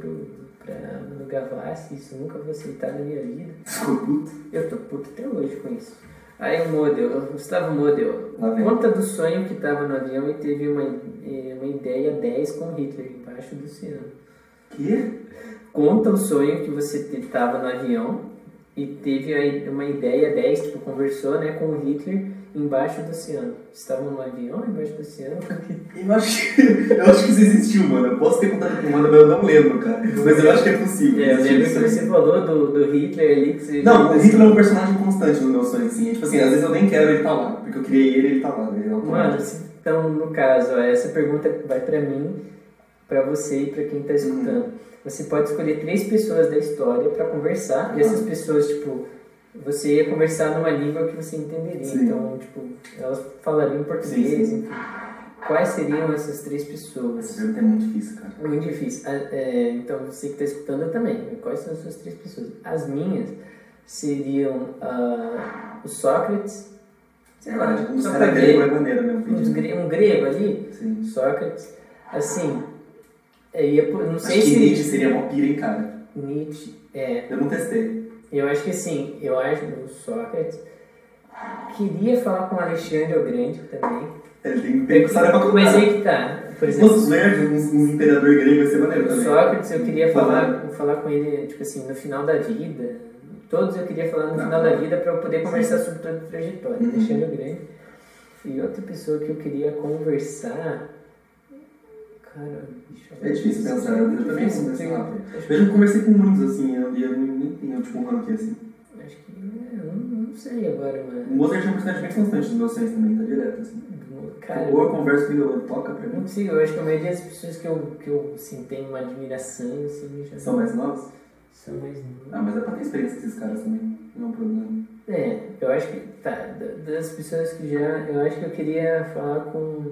no Gavassi, isso nunca vou aceitar na minha vida. Ficou puto? Eu tô puto até hoje com isso. Aí o Gustavo Model, conta do sonho que estava no avião e teve uma ideia 10 com Hitler embaixo do oceano. Que? Conta o sonho que você estava no avião e teve uma ideia 10, tipo, conversou, né, com o Hitler embaixo do oceano. Estavam no avião embaixo do oceano? Eu acho que isso existiu, mano. Eu posso ter contado com o mano, mas eu não lembro, cara. Mas eu acho que é possível. Eu lembro que você falou do Hitler ali. Que você não, o Hitler é um personagem constante no meu sonho, assim. Tipo assim, às vezes eu nem quero ele tá lá, porque eu criei ele e ele tá lá. Mano, então, no caso, essa pergunta vai pra mim, pra você e pra quem tá escutando. Você pode escolher 3 pessoas da história pra conversar, e essas pessoas, tipo... Você ia conversar numa língua que você entenderia. Sim. Então, tipo, elas falariam português, enfim. Quais seriam essas 3 pessoas? Essa pergunta é muito difícil, cara. Muito difícil. Então, você que está escutando também. Quais são as suas 3 pessoas? As seriam o Sócrates. Sei lá, um cara grego é maneiro mesmo. Um grego ali? Sim. Sócrates. Assim, não sei acho se... que Nietzsche seria uma pira, hein, cara? Nietzsche, Eu não testei. Eu acho que assim, o Sócrates queria falar com o Alexandre o Grande também. Ele tem história pra contar. Mas aí que tá. Por exemplo, um imperador grego vai ser maneiro também. Sócrates, eu queria falar com ele, tipo assim, no final da vida. Todos eu queria falar no final da vida para eu poder conversar sobre toda a trajetória. Alexandre o Grande. E outra pessoa que eu queria conversar... Cara, é difícil pensar, eu também não pensar. Eu já conversei com muitos, assim, eu nem tenho tipo um ranking assim. Acho que, não sei agora, mano. O Mozart é um personagem bem constante nos meus sonhos também, tá direto, assim. Cara, ou eu converso com ele, ou ele toca pra mim. Não consigo, eu acho que a maioria das pessoas que eu assim, tenho uma admiração, assim, já... São mais novos? São mais novos. Mas é pra ter experiência com esses caras também, não é um problema. Eu acho que, das pessoas que eu acho que eu queria falar com...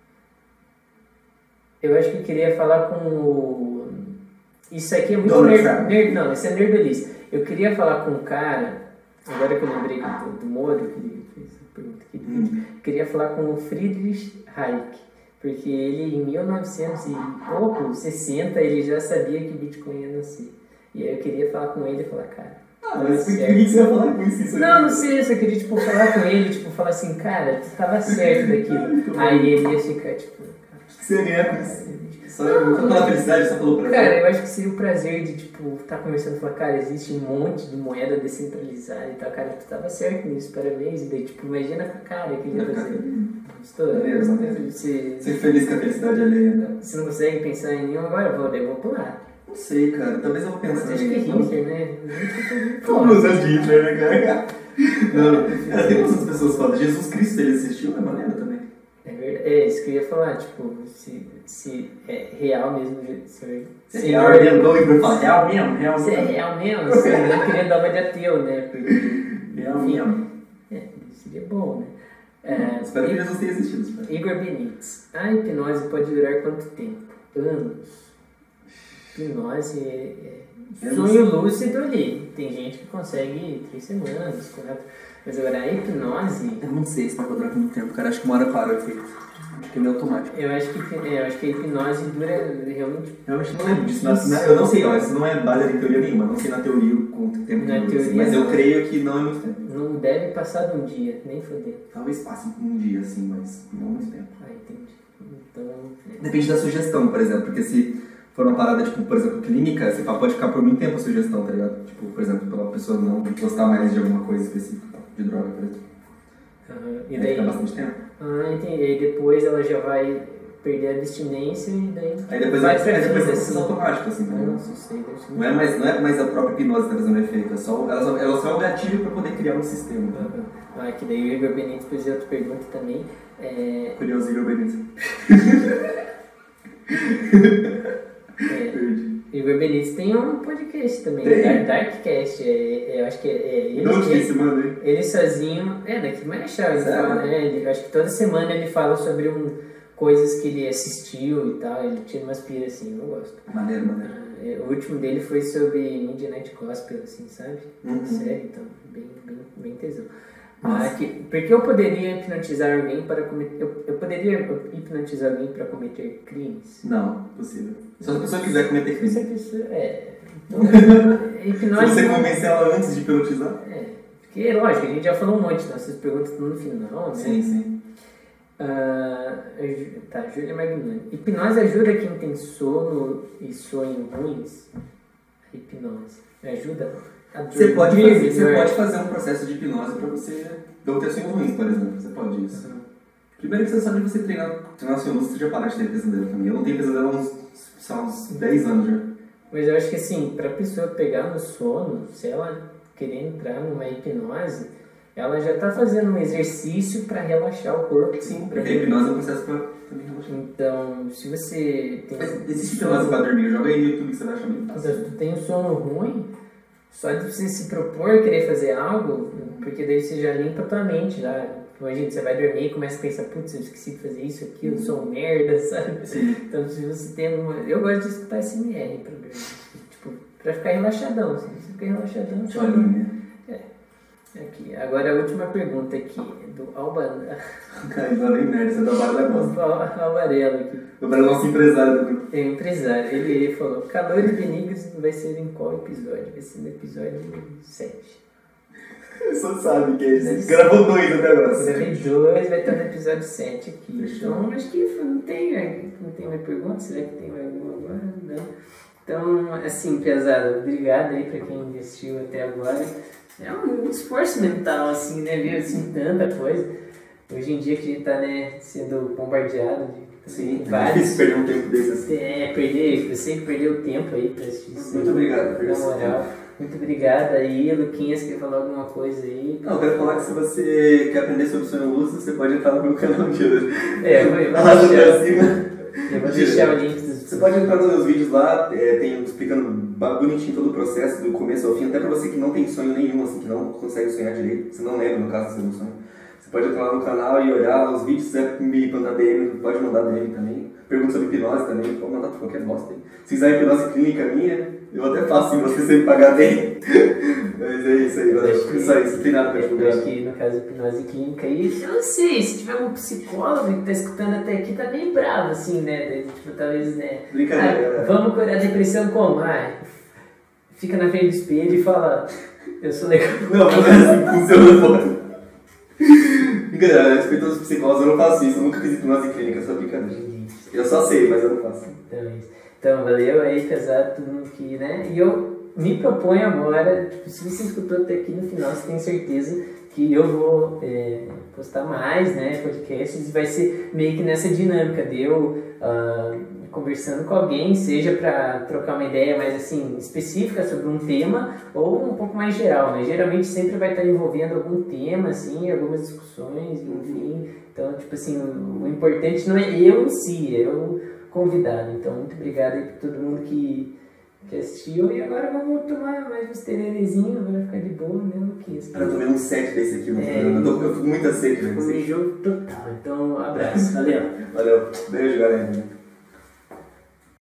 Eu acho que eu queria falar com o... Isso aqui é muito não, isso é nerdolice. Eu queria falar com um cara, agora que eu lembrei do Moro, que ele fez essa pergunta aqui, eu queria falar com o Friedrich Hayek, Porque ele, em 1900 e pouco, 60, ele já sabia que Bitcoin ia nascer. E aí eu queria falar com ele e falar, cara... Mas por que você ia falar com isso? Não sei, eu só queria, tipo, falar com ele, tipo, falar assim, cara, tu tava certo daquilo. Aí ele ia ficar, tipo... Acho que você ia ganhar com isso. Só pela felicidade, só pelo prazer. Cara, eu acho que seria o prazer de, tipo, estar conversando e falar, cara, existe um monte de moeda descentralizada e tal, cara, tu tava certo nisso, parabéns. E daí, tipo, imagina a cara que ele ia fazer. Ser feliz com a felicidade alheia, né? Você não consegue pensar em nenhum agora, eu vou pular. Não sei, cara, talvez eu vou pensar Mas acho que é Hitler, né? Como os de Hitler, né, cara? Não, cara, tem muitas pessoas que falam, Jesus Cristo, ele existiu, é maneiro também. É verdade, é isso que eu ia falar, tipo, se é real mesmo, se é real mesmo, não lembro falar, real mesmo, se é real mesmo, assim, eu queria dar uma de ateu, né, porque... Real mesmo. Seria bom, né? Espero que Jesus tenha existido. Igor Benítez, a hipnose pode durar quanto tempo? Anos. Hipnose é sonho lúcido ali, tem gente que consegue 3 semanas, 4. Mas agora a hipnose... Eu não sei se vai durar muito tempo, cara. Acho que uma hora para o efeito. Acho que é meio automático. Eu acho que a hipnose dura realmente... Realmente não lembro disso. Eu não sei, ó, isso não é baseado em teoria nenhuma. Não sei na teoria quanto tempo na teoria, assim, mas eu creio que não é muito tempo. Não deve passar de um dia, nem foder. Talvez passe um dia, assim, mas não muito tempo. Ah, entendi. Então... Depende da sugestão, por exemplo. Porque se for uma parada, tipo, por exemplo, clínica, você pode ficar por muito tempo a sugestão, tá ligado? Tipo, por exemplo, pela pessoa não gostar mais de alguma coisa específica. De droga, por exemplo. E daí fica bastante tempo. Entendi. E aí depois ela já vai perder a abstinência e daí... Aí depois vai ser automático, assim, tá ligado? Não sei, deve ser... Não é mais a própria hipnose que tá fazendo efeito, ela só é o gatilho para poder criar um sistema. Que daí o Igor Benítez fez outra pergunta também. Curioso, Igor Benítez. Igor Benítez tem um podcast também, Darkcast, eu acho que é ele. Onde que esse mano aí? Ele sozinho, daqui mais chave, né? Eu acho que toda semana ele fala sobre coisas que ele assistiu e tal, ele tira umas piras assim, eu gosto. Maneiro. O último dele foi sobre Midnight Gospel, assim, sabe? Sério, então, bem tesão. Porque eu poderia hipnotizar alguém para cometer... Eu poderia hipnotizar alguém para cometer crimes? Não, possível. Só se a pessoa quiser cometer crimes. Se a pessoa... hipnose... Se você convencer ela antes de hipnotizar? Porque, lógico, a gente já falou um monte, então essas perguntas estão no final, né? Sim. Júlia Magnani. Hipnose ajuda quem tem sono e sonho ruins? A hipnose ajuda... Você pode fazer um processo de hipnose para você não ter sonhos ruins, por exemplo. Você pode isso. Primeiro que você sabe você treinar sonho lúcido, você já parar de ter pesadelo também. Eu não tenho pesadelo há uns 10 anos já. Mas eu acho que assim, pra pessoa pegar no sono, se ela querer entrar numa hipnose, ela já tá fazendo um exercício para relaxar o corpo. Sim, porque a hipnose é um processo para também relaxar. Então, se você tem... Existe hipnose para dormir, joga aí no YouTube que você vai achar muito fácil. Então, se tu tem um sono ruim, só de você se propor querer fazer algo, porque daí você já limpa a tua mente, já. Imagina, você vai dormir e começa a pensar, putz, eu esqueci de fazer isso, aquilo, eu sou um merda, sabe? Sim. Então, se você tem uma... Eu gosto de escutar SMR pra dormir, tipo, pra ficar relaxadão, assim. Você fica relaxadão, Aqui. Agora a última pergunta aqui, do Albanel. Cara, não nem merda, você trabalha bosta. Alvarelo aqui. O nosso empresário também. É empresário. Ele falou, Calores Benignos vai ser em qual episódio? Vai ser no episódio 7. Você só sabe que ele gravou 2 até agora. Gravei 2, vai estar no episódio 7 aqui. Então, acho que não tem mais perguntas. Será que tem mais alguma agora? Não. Então, assim, pesado, obrigado aí pra quem investiu até agora. É um esforço mental, assim, né? Ver assim, tanta coisa. Hoje em dia que a gente tá, né, sendo bombardeado de vários. É difícil perder um tempo desse assim. Você que perdeu tempo aí pra assistir isso. Muito obrigado por isso. Na moral. Muito obrigado aí, Luquinhas, quer falar alguma coisa aí? Não, eu quero falar que se você quer aprender sobre sonho lúcido, você pode entrar no meu canal de hoje. Eu vou deixar o link dos... Você pode entrar nos meus vídeos lá, tem explicando bonitinho todo o processo, do começo ao fim, até pra você que não tem sonho nenhum, assim, que não consegue sonhar direito, você não lembra, no caso, do seu sonho. Você pode entrar lá no canal e olhar os vídeos, se quiser me mandar DM, pode mandar DM também. perguntas sobre hipnose também, pode mandar qualquer bosta aí. Se quiser hipnose clínica minha, eu até faço se você sempre pagar bem. Mas é isso aí, galera. Só isso, não tem nada pra divulgar. Eu acho que no caso de hipnose clínica aí, eu não sei, se tiver um psicólogo que tá escutando até aqui, tá bem bravo, assim, né? Tipo, talvez, né? Brincadeira. Vamos curar a depressão como? Fica na frente do espelho e fala, eu sou legal. Não, mas é assim que funciona, pô. Brincadeira, respeito aos psicólogos, eu não faço isso, eu nunca fiz hipnose clínica, só brincadeira. Eu só sei, mas eu não faço. Então valeu aí, pesado, todo mundo que, né? E eu me proponho agora, tipo, se você escutou até aqui no final, você tem certeza que eu vou postar mais, né, podcasts, e vai ser meio que nessa dinâmica de eu conversando com alguém, seja para trocar uma ideia mais assim específica sobre um tema ou um pouco mais geral, né? Geralmente sempre vai estar envolvendo algum tema, assim, algumas discussões, enfim. Então, tipo assim, o importante não é eu em si, é o convidado. Então, muito obrigado aí por todo mundo que assistiu. E agora vamos tomar mais uns tererezinhos, vai ficar de boa, né, Luquinhas? Eu tomei um 7 desse aqui, eu fico muito a sede, Foi um jogo total. Então, abraço. Valeu. Valeu. Beijo, galera.